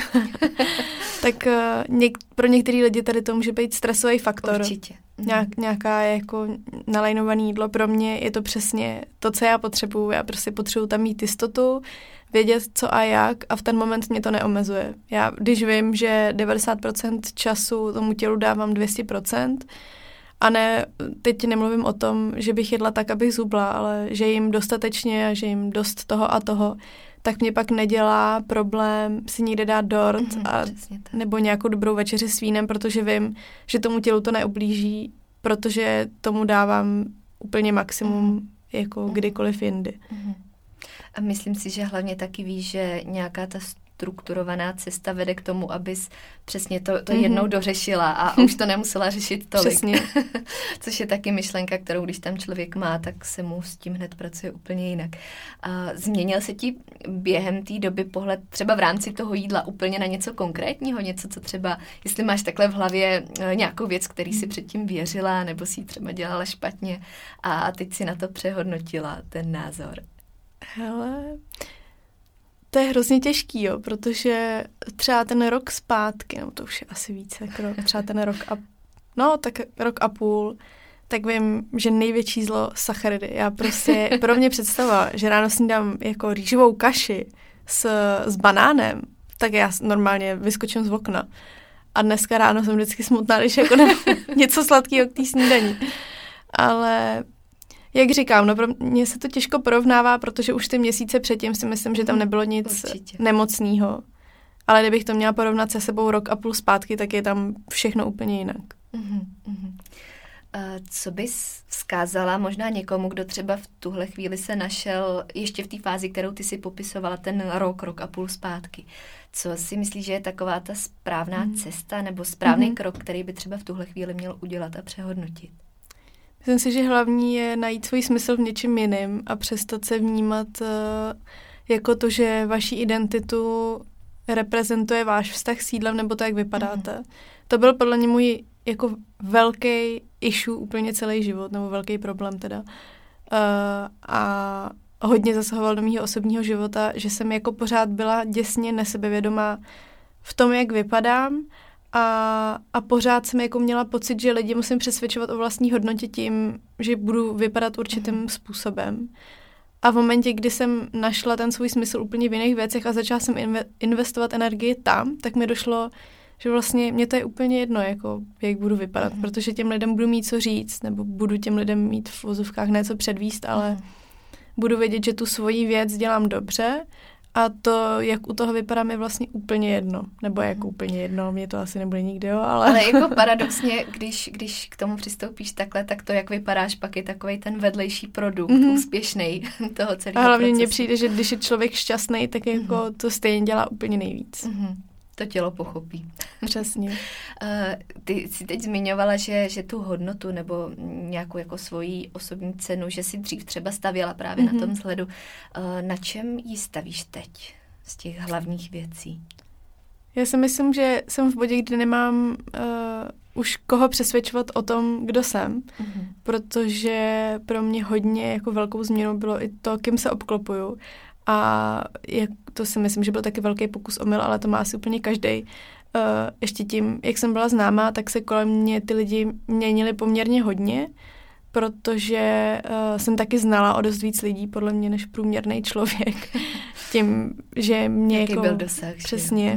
Tak pro některý lidi tady to může být stresový faktor. Určitě. Nějaká jako nalajnované jídlo. Pro mě je to přesně to, co já potřebuju. Já prostě potřebuju tam mít jistotu, vědět co a jak a v ten moment mě to neomezuje. Já když vím, že 90% času tomu tělu dávám 200% A ne, teď nemluvím o tom, že bych jedla tak, abych zubla, ale že jim dostatečně a že jim dost toho a toho, tak mě pak nedělá problém si někde dát dort nebo nějakou dobrou večeři s vínem, protože vím, že tomu tělu to neublíží, protože tomu dávám úplně maximum jako kdykoliv jindy. A myslím si, že hlavně taky víš, že nějaká ta strukturovaná cesta vede k tomu, abys přesně to jednou dořešila a už to nemusela řešit tolik. Přesně. Což je taky myšlenka, kterou když tam člověk má, tak se mu s tím hned pracuje úplně jinak. A změnil se ti během té doby pohled třeba v rámci toho jídla úplně na něco konkrétního? Něco, co třeba, jestli máš takhle v hlavě nějakou věc, který si předtím věřila, nebo si ji třeba dělala špatně a teď si na to přehodnotila ten názor? Hele, to je hrozně těžký, jo, protože třeba ten rok zpátky, no to už je asi víc, jako třeba ten rok a půl, tak vím, že největší zlo sacharidy. Já prostě, pro mě představa, že ráno snídám jako rýžovou kaši s banánem, tak já normálně vyskočím z okna. A dneska ráno jsem vždycky smutná, když jako nemám něco sladkého k té snídani. Ale jak říkám, no pro mě se to těžko porovnává, protože už ty měsíce předtím si myslím, že tam nebylo nic nemocného. Ale kdybych to měla porovnat se sebou rok a půl zpátky, tak je tam všechno úplně jinak. Co bys vzkázala možná někomu, kdo třeba v tuhle chvíli se našel ještě v té fázi, kterou ty si popisovala, ten rok a půl zpátky? Co si myslíš, že je taková ta správná cesta nebo správný krok, který by třeba v tuhle chvíli měl udělat a přehodnotit? Myslím si, že hlavní je najít svůj smysl v něčem jiném a přestat se vnímat jako to, že vaši identitu reprezentuje váš vztah s jídlem nebo to, jak vypadáte. To byl podle mě můj jako velký issue úplně celý život, nebo velký problém teda. A hodně zasahoval do mýho osobního života, že jsem jako pořád byla děsně nesebevědomá v tom, jak vypadám a pořád jsem jako měla pocit, že lidi musím přesvědčovat o vlastní hodnotě tím, že budu vypadat určitým způsobem. A v momentě, kdy jsem našla ten svůj smysl úplně v jiných věcech a začala jsem investovat energii tam, tak mi došlo, že vlastně mě to je úplně jedno, jako jak budu vypadat, protože těm lidem budu mít co říct, nebo budu těm lidem mít v vozovkách něco předvíst, ale budu vědět, že tu svoji věc dělám dobře a to, jak u toho vypadám, je vlastně úplně jedno. Nebo jako úplně jedno, mě to asi nebude nikdy, jo, ale... Ale jako paradoxně, když k tomu přistoupíš takhle, tak to, jak vypadáš, pak je takovej ten vedlejší produkt, úspěšnej toho celého a hlavně procesu. mně přijde, že když je člověk šťastný, tak jako to stejně dělá úplně nejvíc. To tělo pochopí. Přesně. Ty jsi teď zmiňovala, že tu hodnotu nebo nějakou jako svoji osobní cenu, že si dřív třeba stavěla právě na tom vzhledu. Na čem ji stavíš teď z těch hlavních věcí? Já si myslím, že jsem v bodě, kdy nemám už koho přesvědčovat o tom, kdo jsem, protože pro mě hodně jako velkou změnou bylo i to, kým se obklopuju. A to si myslím, že byl taky velký pokus omyl, ale to má asi úplně každej. Ještě tím, jak jsem byla známá, tak se kolem mě ty lidi měnili poměrně hodně, protože jsem taky znala o dost víc lidí, podle mě, než průměrný člověk. Tím, že mě jaký jako... byl dosah. Přesně.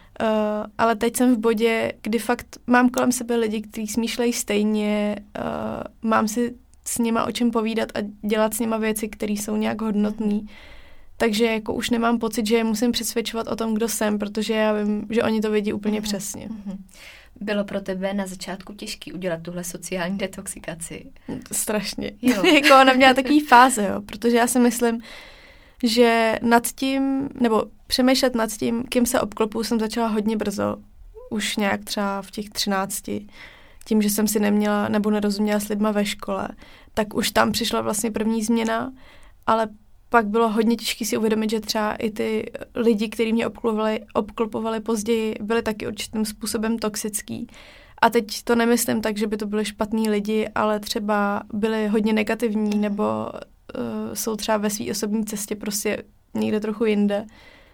Ale teď jsem v bodě, kdy fakt mám kolem sebe lidi, kteří smýšlejí stejně, mám si s nima o čem povídat a dělat s nima věci, které jsou nějak hodnotné. Takže jako už nemám pocit, že je musím přesvědčovat o tom, kdo jsem, protože já vím, že oni to vidí úplně přesně. Bylo pro tebe na začátku těžké udělat tuhle sociální detoxikaci? Strašně. Jako ona měla takový fáze, jo, protože já si myslím, že nad tím, nebo přemýšlet nad tím, kým se obklopuju, jsem začala hodně brzo. Už nějak třeba v těch 13. Tím, že jsem si neměla nebo nerozuměla s lidma ve škole, tak už tam přišla vlastně první změna, ale pak bylo hodně těžké si uvědomit, že třeba i ty lidi, kteří mě obklopovali později, byli taky určitým způsobem toxický. A teď to nemyslím tak, že by to byli špatní lidi, ale třeba byli hodně negativní nebo jsou třeba ve své osobní cestě prostě někde trochu jinde.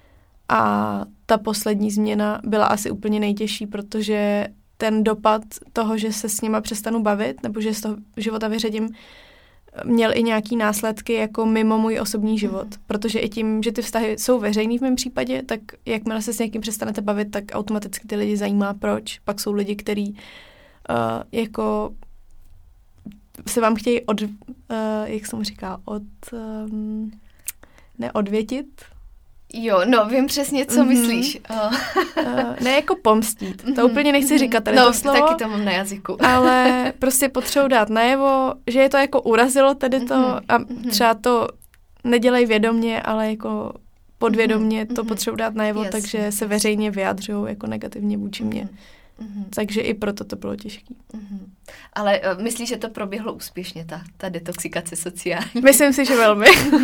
A ta poslední změna byla asi úplně nejtěžší, protože ten dopad toho, že se s nima přestanu bavit nebo že z toho života vyřadím, měl i nějaký následky jako mimo můj osobní život. Protože i tím, že ty vztahy jsou veřejný v mém případě, tak jakmile se s někým přestanete bavit, tak automaticky ty lidi zajímá proč. Pak jsou lidi, kteří jako se vám chtějí jak se mu říká, neodvětit. Jo, no, vím přesně, co myslíš. Ne jako pomstít, to úplně nechci říkat tady to slovo. Taky to mám na jazyku. Ale prostě potřebuji dát najevo, že je to jako urazilo tady to a třeba to nedělej vědomně, ale jako podvědomně to potřebuji dát najevo, takže se veřejně vyjadřují jako negativně vůči mně. Takže i proto to bylo těžké. Ale myslíš, že to proběhlo úspěšně, ta detoxikace sociální? Myslím si, že velmi.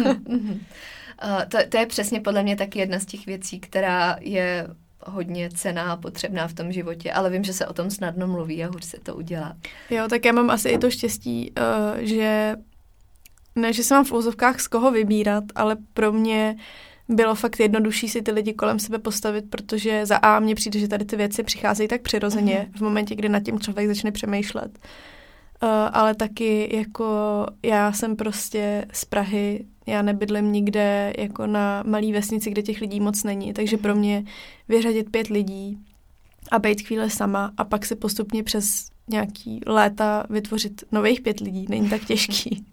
To je přesně podle mě taky jedna z těch věcí, která je hodně cenná a potřebná v tom životě, ale vím, že se o tom snadno mluví a hůř se to udělá. Jo, tak já mám asi i to štěstí, že ne, že se mám v úzovkách z koho vybírat, ale pro mě bylo fakt jednodušší si ty lidi kolem sebe postavit, protože za A mně přijde, že tady ty věci přicházejí tak přirozeně v momentě, kdy nad tím člověk začne přemýšlet. Ale taky jako já jsem prostě z Prahy, já nebydlím nikde jako na malý vesnici, kde těch lidí moc není, takže pro mě vyřadit 5 lidí a být chvíle sama a pak se postupně přes nějaký léta vytvořit nových 5 lidí není tak těžký.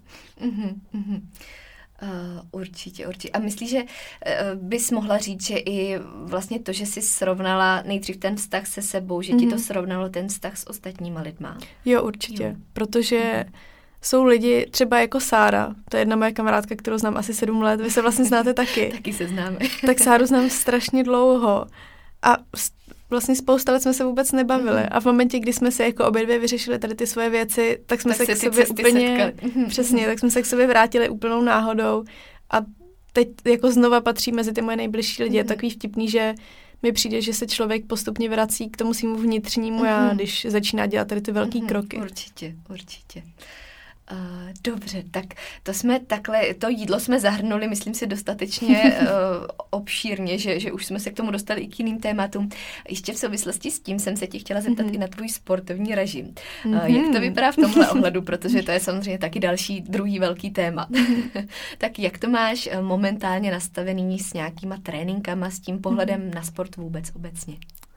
Určitě. A myslíš, že bys mohla říct, že i vlastně to, že jsi srovnala nejdřív ten vztah se sebou, že ti to srovnalo ten vztah s ostatníma lidma? Jo, určitě, protože jsou lidi třeba jako Sára, to je jedna moje kamarádka, kterou znám asi 7 let, vy se vlastně znáte taky. Taky se známe. Tak Sáru znám strašně dlouho a vlastně spousta let jsme se vůbec nebavili a v momentě, kdy jsme si jako obě dvě vyřešili tady ty svoje věci, tak jsme se k sobě úplně, přesně, tak jsme se k sobě vrátili úplnou náhodou a teď jako znova patří mezi ty moje nejbližší lidi. Je takový vtipný, že mi přijde, že se člověk postupně vrací k tomu svýmu vnitřnímu já, když začíná dělat tady ty velký kroky. Určitě. Dobře, tak to jídlo jsme zahrnuli, myslím si, dostatečně obšírně, že už jsme se k tomu dostali i k jiným tématům. Ještě v souvislosti s tím jsem se tě chtěla zeptat i na tvůj sportovní režim. Jak to vypadá v tomhle ohledu, protože to je samozřejmě taky druhý velký téma. Tak jak to máš momentálně nastavený s nějakýma tréninkama, s tím pohledem na sport vůbec obecně?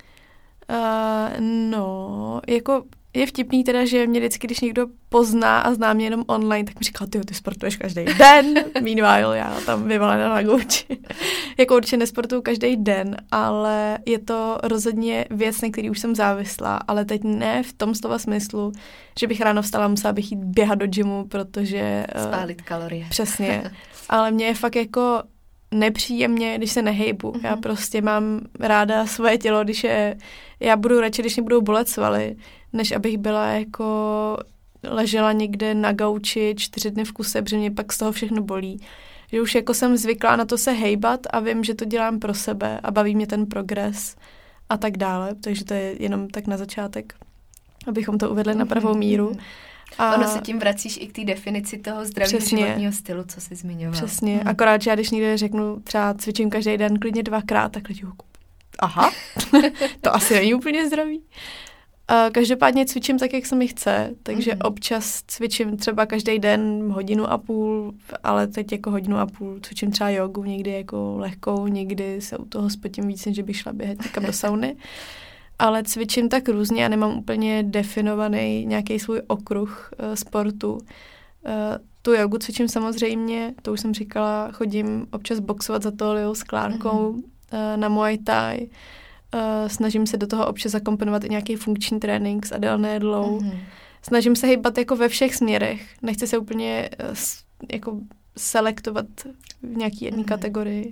No, jako je vtipný teda, že mě vždycky, když někdo pozná a zná mě jenom online, tak mi říká, ty sportuješ každý den, meanwhile já tam vyvalená na gauči. Jako určitě nesportuju každý den, ale je to rozhodně věc, na který už jsem závislá, ale teď ne v tom slova smyslu, že bych ráno vstala, musela bych jít běhat do gymu, protože... Spálit kalorie. Přesně, ale mě je fakt jako nepříjemně, když se nehejbu. Já prostě mám ráda svoje tělo, já budu radši, když mě budou bolet svaly, než abych byla jako ležela někde na gauči 4 dny v kuse, protože mě pak z toho všechno bolí. Že už jako jsem zvyklá na to se hejbat a vím, že to dělám pro sebe a baví mě ten progres a tak dále. Takže to je jenom tak na začátek, abychom to uvedli na pravou míru. A ono se tím vracíš i k té definici toho zdravého životního stylu, co jsi zmiňovala. Přesně. Akorát, že já když někde řeknu, třeba cvičím každý den klidně 2krát, tak lidi aha, to asi není úplně zdravý. Každopádně cvičím tak, jak se mi chce, takže občas cvičím třeba každý den 1.5 hodiny, ale teď jako 1.5 hodiny cvičím třeba jogu, někdy jako lehkou, někdy se u toho spotím víc, než bych šla běhat někam do sauny. Ale cvičím tak různě, já nemám úplně definovaný nějaký svůj okruh sportu. Tu jogu cvičím samozřejmě, to už jsem říkala, chodím občas boxovat za Toliou s Klárkou na Muay Thai. Snažím se do toho občas zakomponovat i nějaký funkční trénink s Adél Nedlou. Snažím se hýbat jako ve všech směrech. Nechci se úplně jako selektovat v nějaký jedné kategorii.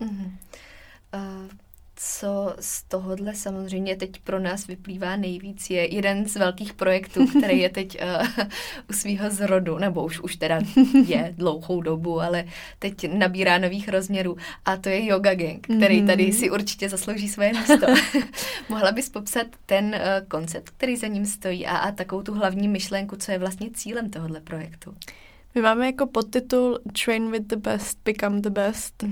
Co z tohohle samozřejmě teď pro nás vyplývá nejvíc, je jeden z velkých projektů, který je teď u svýho zrodu, nebo už teda je dlouhou dobu, ale teď nabírá nových rozměrů. A to je Yoga Gang, který tady si určitě zaslouží svoje místo. Mohla bys popsat ten koncept, který za ním stojí a takovou tu hlavní myšlenku, co je vlastně cílem tohohle projektu? My máme jako podtitul Train with the best, become the best.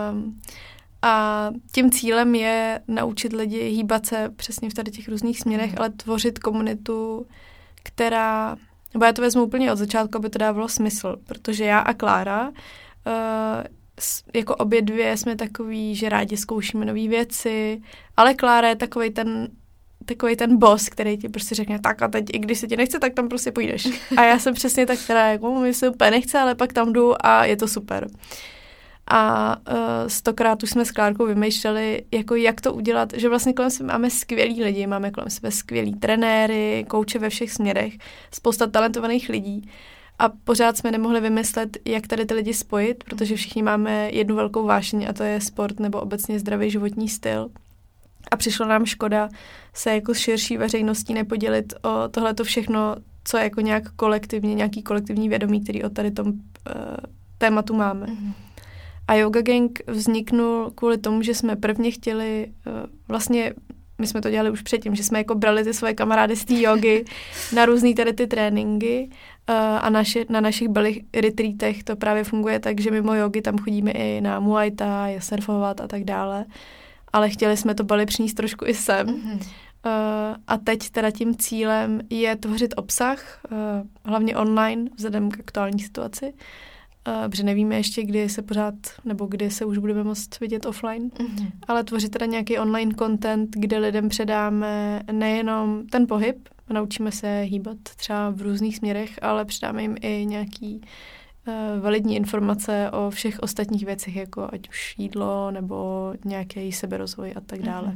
A tím cílem je naučit lidi hýbat se přesně v tady těch různých směrech, ale tvořit komunitu, která, nebo já to vezmu úplně od začátku, aby to dávalo smysl, protože já a Klára, jako obě dvě jsme takový, že rádi zkoušíme nové věci, ale Klára je takovej ten takový ten boss, který ti prostě řekne, tak a teď, i když se ti nechce, tak tam prostě půjdeš. A já jsem přesně tak, která jako, mi se úplně nechce, ale pak tam jdu a je to super. A 100krát už jsme s Klárkou vymýšleli, jako jak to udělat, že vlastně kolem sebe máme skvělý lidi, máme kolem sebe skvělý trenéry, kouče ve všech směrech, spousta talentovaných lidí a pořád jsme nemohli vymyslet, jak tady ty lidi spojit, protože všichni máme jednu velkou vášeň a to je sport nebo obecně zdravý životní styl. A přišlo nám škoda se jako s širší veřejností nepodělit o tohleto všechno, co je jako nějak kolektivně, nějaký kolektivní vědomí, který o tady tom tématu máme. Mm-hmm. A Yoga Gang vzniknul kvůli tomu, že jsme prvně chtěli, vlastně my jsme to dělali už předtím, že jsme jako brali ty svoje kamarády z té jogy na různý tady ty tréninky a na našich Bali retreatech to právě funguje tak, že mimo jogy tam chodíme i na Muay Thai, surfovat a tak dále. Ale chtěli jsme to Bali přinést trošku i sem. Mm-hmm. A teď teda tím cílem je tvořit obsah, hlavně online, vzhledem k aktuální situaci, protože nevíme ještě, kdy se pořád, nebo kdy se už budeme moct vidět offline, ale tvořit teda nějaký online content, kde lidem předáme nejenom ten pohyb, naučíme se hýbat třeba v různých směrech, ale předáme jim i nějaký validní informace o všech ostatních věcech, jako ať už jídlo, nebo nějaký seberozvoj a tak dále.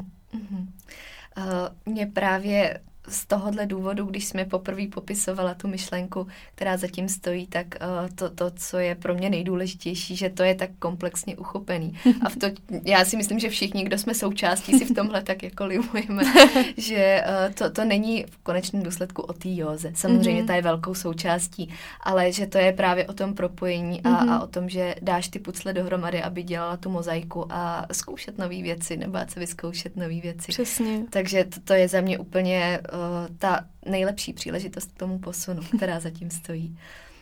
Mě právě z tohohle důvodu, když jsme poprvé popisovala tu myšlenku, která zatím stojí, tak to, co je pro mě nejdůležitější, že to je tak komplexně uchopený. A já si myslím, že všichni, kdo jsme součástí, si v tomhle tak jako limujeme, že to není v konečném důsledku o té józe. Samozřejmě ta je velkou součástí, ale že to je právě o tom propojení a o tom, že dáš ty pucle dohromady, aby dělala tu mozaiku a zkoušet nové věci, nebát se vyzkoušet nové věci. Přesně. Takže to je za mě úplně ta nejlepší příležitost k tomu posunu, která zatím stojí.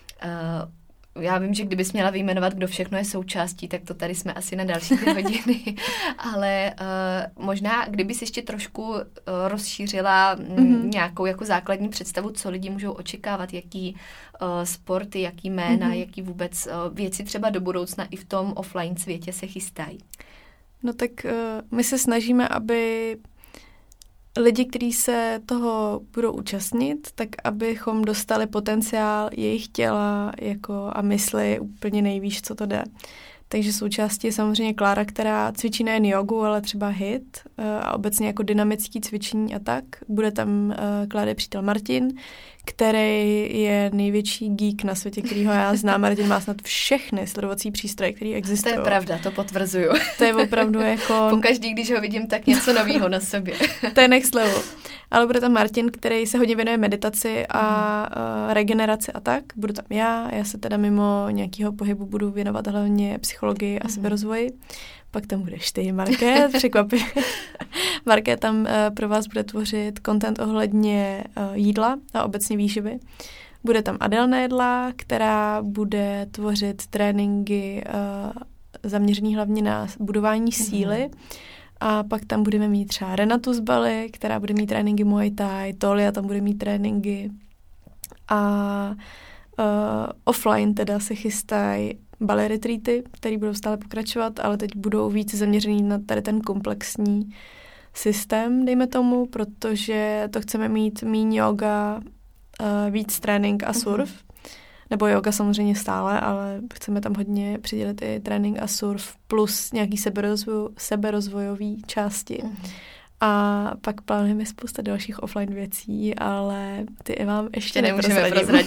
Já vím, že kdybys měla vyjmenovat, kdo všechno je součástí, tak to tady jsme asi na další 2 hodiny, ale možná, kdybys ještě trošku rozšířila nějakou jako základní představu, co lidi můžou očekávat, jaký sporty, jaký jména, jaký vůbec věci třeba do budoucna i v tom offline světě se chystají. No tak my se snažíme, aby lidi, kteří se toho budou účastnit, tak abychom dostali potenciál jejich těla jako a mysli úplně nejvíc, co to jde. Takže součástí je samozřejmě Klára, která cvičí nejen jogu, ale třeba HIIT a obecně jako dynamické cvičení a tak. Bude tam Kláry přítel Martin, který je největší geek na světě, kterýho já znám. Martin má snad všechny sledovací přístroje, které existují. To je pravda, to potvrzuju. To je opravdu jako... Pokaždý, když ho vidím, tak něco novýho na sobě. To je next level. Ale bude tam Martin, který se hodně věnuje meditaci a regeneraci a tak. Budu tam já se teda mimo nějakého pohybu budu věnovat hlavně psychologii a seberozvoji. Pak tam budeš ty, Marké, překvapivě. Marké tam pro vás bude tvořit content ohledně jídla a obecně výživy. Bude tam Adel Nejedlá, která bude tvořit tréninky zaměřený hlavně na budování síly. A pak tam budeme mít třeba Renatu z Bali, která bude mít tréninky Muay Thai, Tolia tam bude mít tréninky. A offline teda se chystají Bali retreaty, které budou stále pokračovat, ale teď budou víc zaměřený na tady ten komplexní systém, dejme tomu, protože to chceme mít míň yoga, víc trénink a surf. Nebo yoga samozřejmě stále, ale chceme tam hodně přidělit i trénink a surf plus nějaký seberozvojový části. A pak plánujeme spousta dalších offline věcí, ale ty vám ještě nemůžeme prozradit.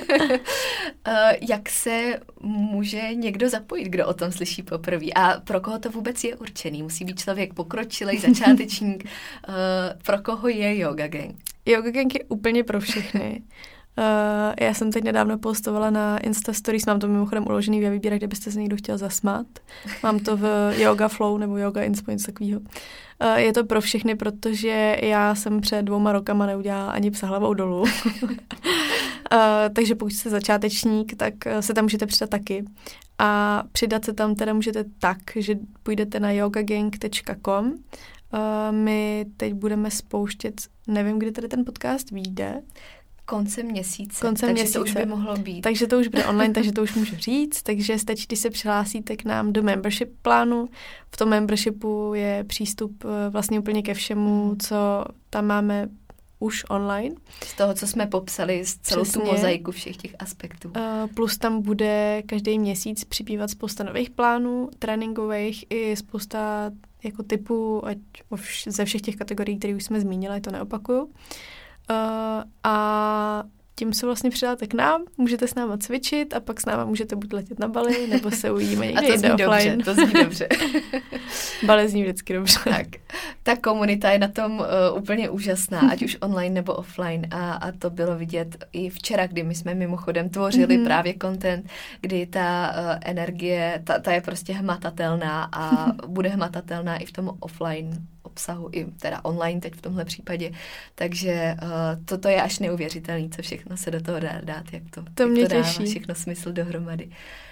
Jak se může někdo zapojit, kdo o tom slyší poprvé? A pro koho to vůbec je určený? Musí být člověk pokročilej, začátečník. Pro koho je Yoga Gang? Yoga Gang je úplně pro všechny. Já jsem teď nedávno postovala na Insta Stories, mám to mimochodem uložený ve výběrech, kde byste se někdo chtěl zasmát. Mám to v Yoga Flow nebo Yoga Inspo, něco takového. Je to pro všechny, protože já jsem před 2 rokama neudělala ani psa hlavou dolů. Takže pokud jste začátečník, tak se tam můžete přidat taky. A přidat se tam teda můžete tak, že půjdete na yogagang.com. My teď budeme spouštět, nevím, kdy tady ten podcast vyjde, Koncem měsíce, takže to už by mohlo být. Takže to už bude online, takže to už můžu říct. Takže stačí, když se přihlásíte k nám do membership plánu. V tom membershipu je přístup vlastně úplně ke všemu, co tam máme už online. Z toho, co jsme popsali, z celou tu mozaiku všech těch aspektů. Plus tam bude každý měsíc přibývat spousta nových plánů, tréninkových i spousta jako typů, ať ze všech těch kategorií, které už jsme zmínili, to neopakuju. A tím se vlastně přidáte k nám, můžete s náma cvičit a pak s náma můžete buď letět na Bali, nebo se uvidíme někde jinde offline. To zní dobře. Bali zní vždycky dobře. Tak, ta komunita je na tom úplně úžasná, ať už online nebo offline. A to bylo vidět i včera, kdy my jsme mimochodem tvořili právě content, kdy ta energie, ta je prostě hmatatelná a bude hmatatelná i v tom offline obsahu, i teda online teď v tomhle případě. Takže toto je až neuvěřitelné, co všechno se do toho dá dát, jak to mě dává těší. všechno smysl dohromady.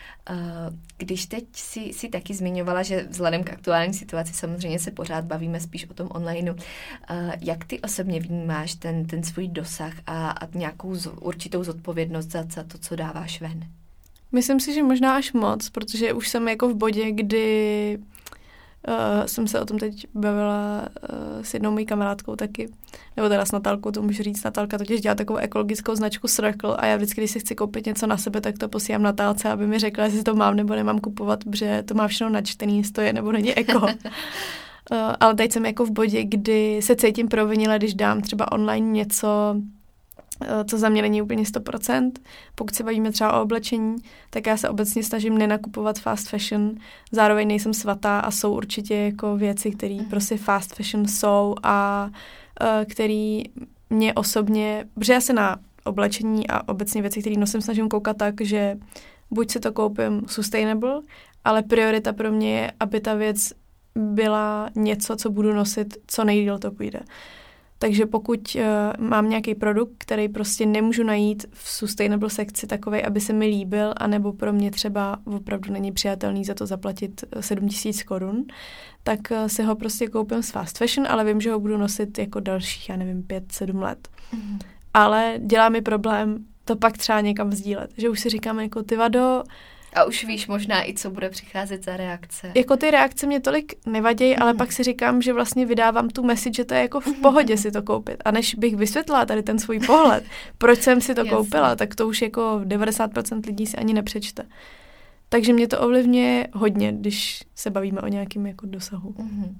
Když teď si taky zmiňovala, že vzhledem k aktuální situaci samozřejmě se pořád bavíme spíš o tom onlineu, jak ty osobně vnímáš ten svůj dosah a nějakou určitou zodpovědnost za to, co dáváš ven? Myslím si, že možná až moc, protože už jsem jako v bodě, kdy jsem se o tom teď bavila s jednou mojí kamarádkou taky, nebo teda s Natálkou, to můžu říct. Natálka totiž dělá takovou ekologickou značku Circle a já vždycky, když si chci koupit něco na sebe, tak to posílám Natálce, aby mi řekla, jestli to mám nebo nemám kupovat, protože to má všechno načtený, jestli to je nebo není eko. Ale teď jsem jako v bodě, kdy se cítím provinila, když dám třeba online něco, co za mě není úplně 100%. Pokud se bavíme třeba o oblečení, tak já se obecně snažím nenakupovat fast fashion. Zároveň nejsem svatá a jsou určitě jako věci, které prostě fast fashion jsou a který mě osobně, protože já se na oblečení a obecně věci, které nosím, snažím koukat tak, že buď si to koupím sustainable, ale priorita pro mě je, aby ta věc byla něco, co budu nosit, co nejdýl to půjde. Takže pokud mám nějaký produkt, který prostě nemůžu najít v sustainable sekci takovej, aby se mi líbil, anebo pro mě třeba opravdu není přijatelný za to zaplatit 7 000 korun, tak si ho prostě koupím z fast fashion, ale vím, že ho budu nosit jako dalších, já nevím, 5-7 let. Ale dělá mi problém to pak třeba někam sdílet. Že už si říkám jako ty vado. A už víš možná i, co bude přicházet za reakce. Jako ty reakce mě tolik nevadějí, ale pak si říkám, že vlastně vydávám tu message, že to je jako v pohodě si to koupit. A než bych vysvětlila tady ten svůj pohled, proč jsem si to koupila, tak to už jako 90% lidí si ani nepřečte. Takže mě to ovlivňuje hodně, když se bavíme o nějakém jako dosahu.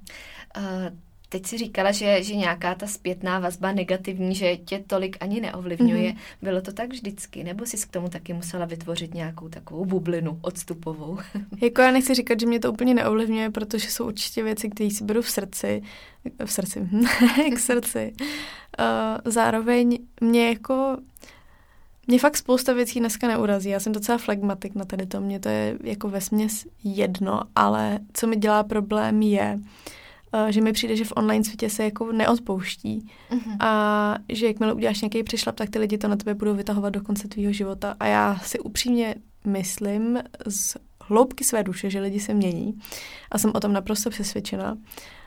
Teď si říkala, že nějaká ta zpětná vazba negativní, že tě tolik ani neovlivňuje. Bylo to tak vždycky? Nebo jsi k tomu taky musela vytvořit nějakou takovou bublinu odstupovou? Jako já nechci říkat, že mě to úplně neovlivňuje, protože jsou určitě věci, které si beru k srdci. Zároveň mě fakt spousta věcí dneska neurazí. Já jsem docela flegmatik na tady to. Mně to je jako vesměs jedno, ale co mi dělá problém je, že mi přijde, že v online světě se jako neodpouští a že jakmile uděláš nějaký přešlap, tak ty lidi to na tebe budou vytahovat do konce tvýho života. A já si upřímně myslím z hloubky své duše, že lidi se mění a jsem o tom naprosto přesvědčena.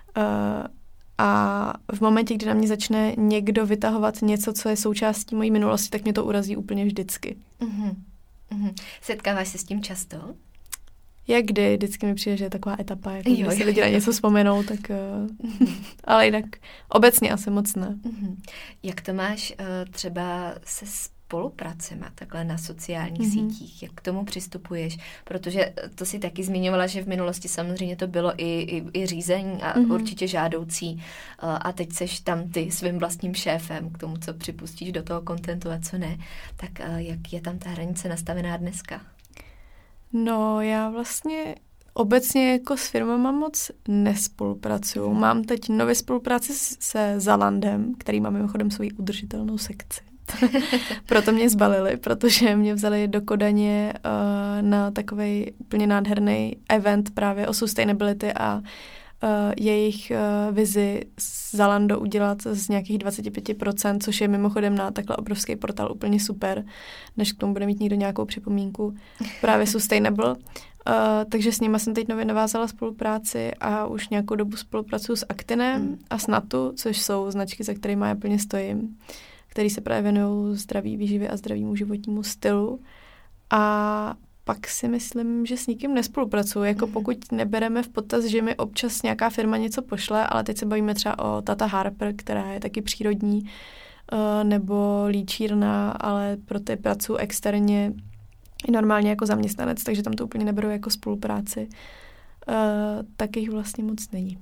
A v momentě, kdy na mě začne někdo vytahovat něco, co je součástí mojí minulosti, tak mě to urazí úplně vždycky. Setkáváš se s tím často? Jak kdy, vždycky mi přijde, že je taková etapa, jako když si lidi na něco vzpomenou, tak ale jinak obecně asi moc ne. Jak to máš třeba se spolupracema takhle na sociálních sítích? Jak k tomu přistupuješ? Protože to si taky zmiňovala, že v minulosti samozřejmě to bylo i řízení a určitě žádoucí. A teď seš tam ty svým vlastním šéfem k tomu, co připustíš do toho kontentu a co ne. Tak jak je tam ta hranice nastavená dneska? No, já vlastně obecně jako s firmama moc nespolupracuju. Mám teď nově spolupráci se Zalandem, který má mimochodem svou udržitelnou sekci. Proto mě zbalili, protože mě vzali do Kodaně na takovej úplně nádherný event právě o sustainability a jejich vizi Zalando udělat z nějakých 25%, což je mimochodem na takhle obrovský portál úplně super, než k tomu bude mít někdo nějakou připomínku právě sustainable. Takže s nima jsem teď nově navázala spolupráci a už nějakou dobu spolupracuju s Actinem a s Natu, což jsou značky, za kterými já plně stojím. který se právě věnují zdraví výživě a zdravému životnímu stylu. A pak si myslím, že s nikým nespolupracuju. Jako pokud nebereme v potaz, že mi občas nějaká firma něco pošle, ale teď se bavíme třeba o Tata Harper, která je taky přírodní, nebo líčírna, ale pro ty pracuji externě i normálně jako zaměstnanec, takže tam to úplně neberu jako spolupráci. Tak jich vlastně moc není.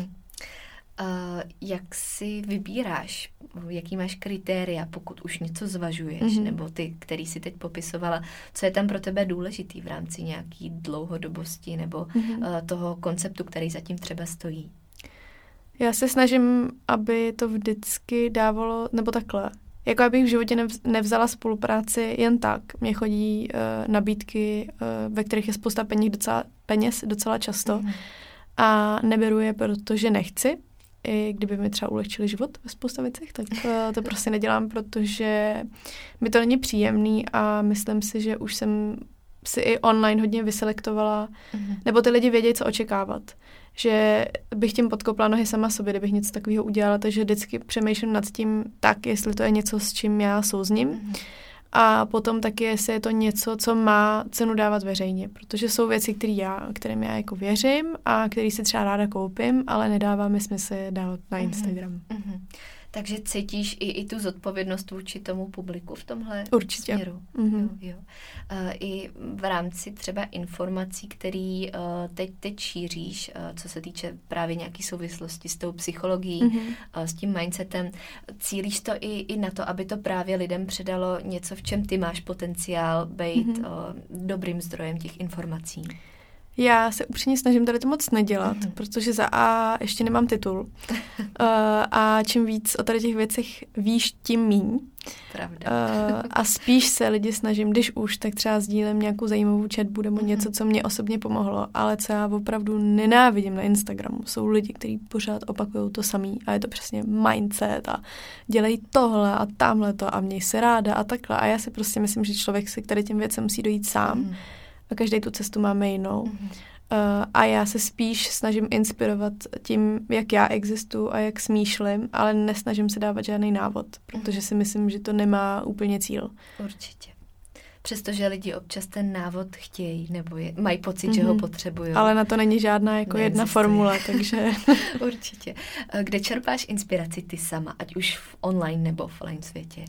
Jak si vybíráš? Jaký máš kritéria, pokud už něco zvažuješ? Nebo ty, který si teď popisovala, co je tam pro tebe důležitý v rámci nějaký dlouhodobosti nebo toho konceptu, který zatím třeba stojí? Já se snažím, aby to vždycky dávalo, nebo takhle, jako abych v životě nevzala spolupráci jen tak. Mně chodí nabídky, ve kterých je spousta peněz docela často a neberu je, protože nechci. I kdyby mi třeba ulehčili život ve spousta věcech, tak to prostě nedělám, protože mi to není příjemný a myslím si, že už jsem si i online hodně vyselektovala, nebo ty lidi vědějí, co očekávat. Že bych tím podkopla nohy sama sobě, kdybych něco takového udělala, takže vždycky přemýšlím nad tím tak, jestli to je něco, s čím já souzním. A potom taky, jestli je to něco, co má cenu dávat veřejně, protože jsou věci, kterým já jako věřím a který si třeba ráda koupím, ale nedává mi smysl dávat na Instagram. Takže cítíš i tu zodpovědnost vůči tomu publiku v tomhle určitě směru? Jo. I v rámci třeba informací, které teď šíříš, co se týče právě nějaké souvislosti s tou psychologií, s tím mindsetem, cílíš to i na to, aby to právě lidem předalo něco, v čem ty máš potenciál být dobrým zdrojem těch informací? Já se upřímně snažím tady to moc nedělat, protože za A ještě nemám titul. A čím víc o tady těch věcech víš, tím míň. Pravda. A spíš se lidi snažím, když už, tak třeba sdílím nějakou zajímavou četbu nebo něco, co mě osobně pomohlo, ale co já opravdu nenávidím na Instagramu. Jsou lidi, kteří pořád opakují to samý a je to přesně mindset a dělají tohle a tamhleto a měj se ráda a takhle. A já si prostě myslím, že člověk si k tady těm věcem musí dojít sám. A každý tu cestu máme jinou. A já se spíš snažím inspirovat tím, jak já existuji a jak smýšlím, ale nesnažím se dávat žádný návod, protože si myslím, že to nemá úplně cíl. Určitě. Přestože lidi občas ten návod chtějí, nebo mají pocit, že ho potřebují. Ale na to není žádná jako jedna formule, takže... Určitě. Kde čerpáš inspiraci ty sama, ať už v online nebo v offline světě?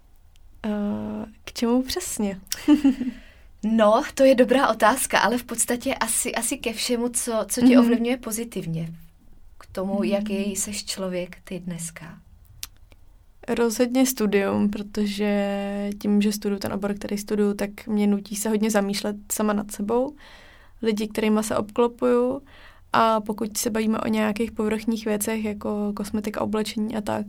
K čemu přesně? No, to je dobrá otázka, ale v podstatě asi ke všemu, co tě ovlivňuje pozitivně. K tomu, jaký seš člověk ty dneska. Rozhodně studium, protože tím, že studuju ten obor, který studuju, tak mě nutí se hodně zamýšlet sama nad sebou. Lidi, kterýma se obklopuju, a pokud se bavíme o nějakých povrchních věcech, jako kosmetika, oblečení a tak,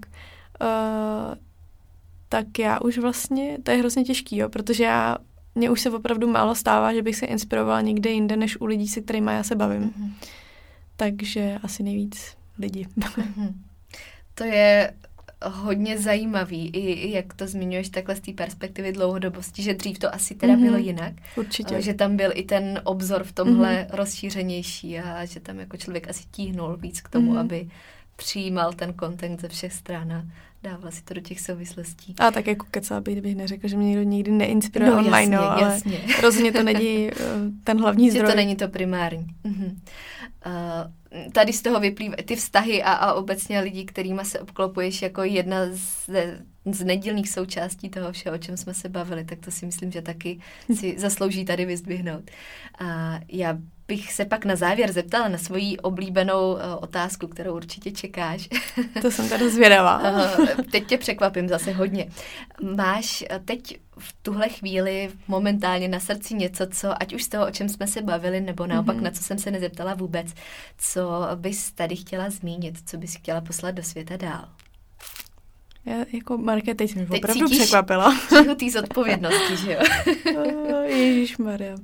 tak já už vlastně, to je hrozně těžký, jo, protože mně už se opravdu málo stává, že bych se inspirovala někde jinde, než u lidí, se kterýma já se bavím. Takže asi nejvíc lidi. To je hodně zajímavý, i jak to zmiňuješ takhle z té perspektivy dlouhodobosti, že dřív to asi teda bylo jinak. Určitě. Že tam byl i ten obzor v tomhle rozšířenější a že tam jako člověk asi tíhnul víc k tomu, aby přijímal ten content ze všech stran a dával si to do těch souvislostí. A tak jako kecá, bych neřekla, že mě někdo nikdy neinspiruje online, jasně. Ale rozhodně to není ten hlavní zdroj. Že to není to primární. Tady z toho vyplývají ty vztahy a obecně lidi, kterýma se obklopuješ jako jedna z nedílných součástí toho všeho, o čem jsme se bavili, tak to si myslím, že taky si zaslouží tady vyzdvihnout. A já bych se pak na závěr zeptala na svoji oblíbenou otázku, kterou určitě čekáš. To jsem teda zvědavá. Teď tě překvapím zase hodně. Máš teď v tuhle chvíli momentálně na srdci něco, co, ať už z toho, o čem jsme se bavili, nebo naopak na co jsem se nezeptala vůbec, co bys tady chtěla zmínit, co bys chtěla poslat do světa dál? Já jako Marké, teď mě opravdu překvapila. Teď té zodpovědnosti, že jo? Ježišmarja.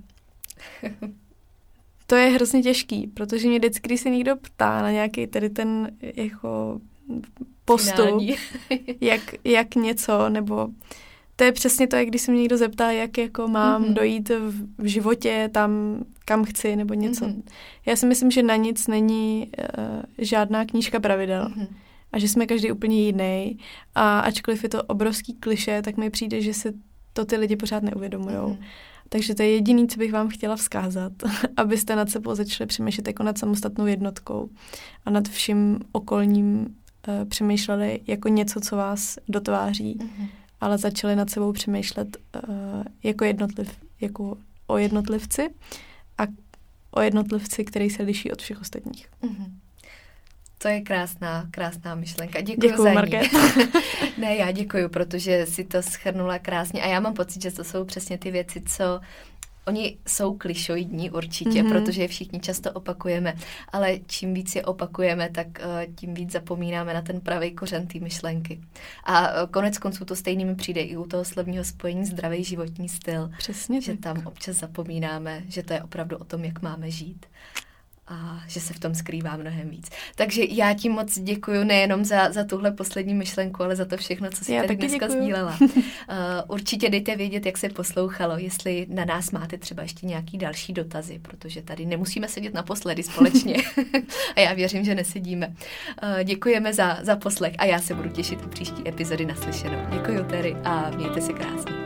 To je hrozně těžký, protože mě vždycky, když se někdo ptá na nějaký tady ten jako postup, jak něco, nebo to je přesně to, jak když se mě někdo zeptá, jak jako mám dojít v životě tam, kam chci, nebo něco. Já si myslím, že na nic není žádná knížka pravidel. a že jsme každý úplně jiný. A ačkoliv je to obrovský klišé, tak mi přijde, že si to ty lidi pořád neuvědomujou. Takže to je jediné, co bych vám chtěla vzkázat, abyste nad sebou začali přemýšlet jako nad samostatnou jednotkou a nad vším okolním přemýšleli jako něco, co vás dotváří, ale začali nad sebou přemýšlet jako o jednotlivci a o jednotlivci, který se liší od všech ostatních. To je krásná myšlenka. Děkuji za ní. Ne, já děkuju, protože si to shrnula krásně a já mám pocit, že to jsou přesně ty věci, co oni jsou klišoidní určitě, protože je všichni často opakujeme, ale čím víc je opakujeme, tak tím víc zapomínáme na ten pravý kořen té myšlenky. A konec konců to stejný mi přijde i u toho slovního spojení zdravý životní styl. Přesně že tak. Tam občas zapomínáme, že to je opravdu o tom, jak máme žít. A že se v tom skrývá mnohem víc. Takže já ti moc děkuju nejenom za tuhle poslední myšlenku, ale za to všechno, co jsi tady dneska sdílela. Určitě dejte vědět, jak se poslouchalo, jestli na nás máte třeba ještě nějaký další dotazy, protože tady nemusíme sedět naposledy společně. A já věřím, že nesedíme. Děkujeme za poslech a já se budu těšit u příští epizody naslyšenou. Děkuju, Terry, a mějte se krásně.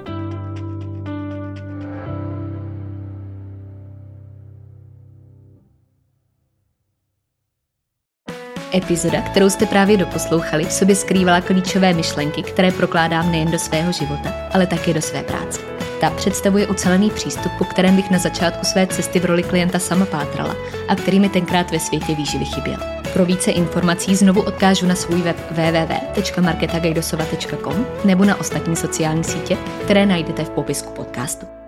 Epizoda, kterou jste právě doposlouchali, v sobě skrývala klíčové myšlenky, které prokládám nejen do svého života, ale také do své práce. Ta představuje ucelený přístup, po kterém bych na začátku své cesty v roli klienta sama pátrala a který mi tenkrát ve světě výživy chyběl. Pro více informací znovu odkážu na svůj web www.marketagajdosova.com nebo na ostatní sociální sítě, které najdete v popisku podcastu.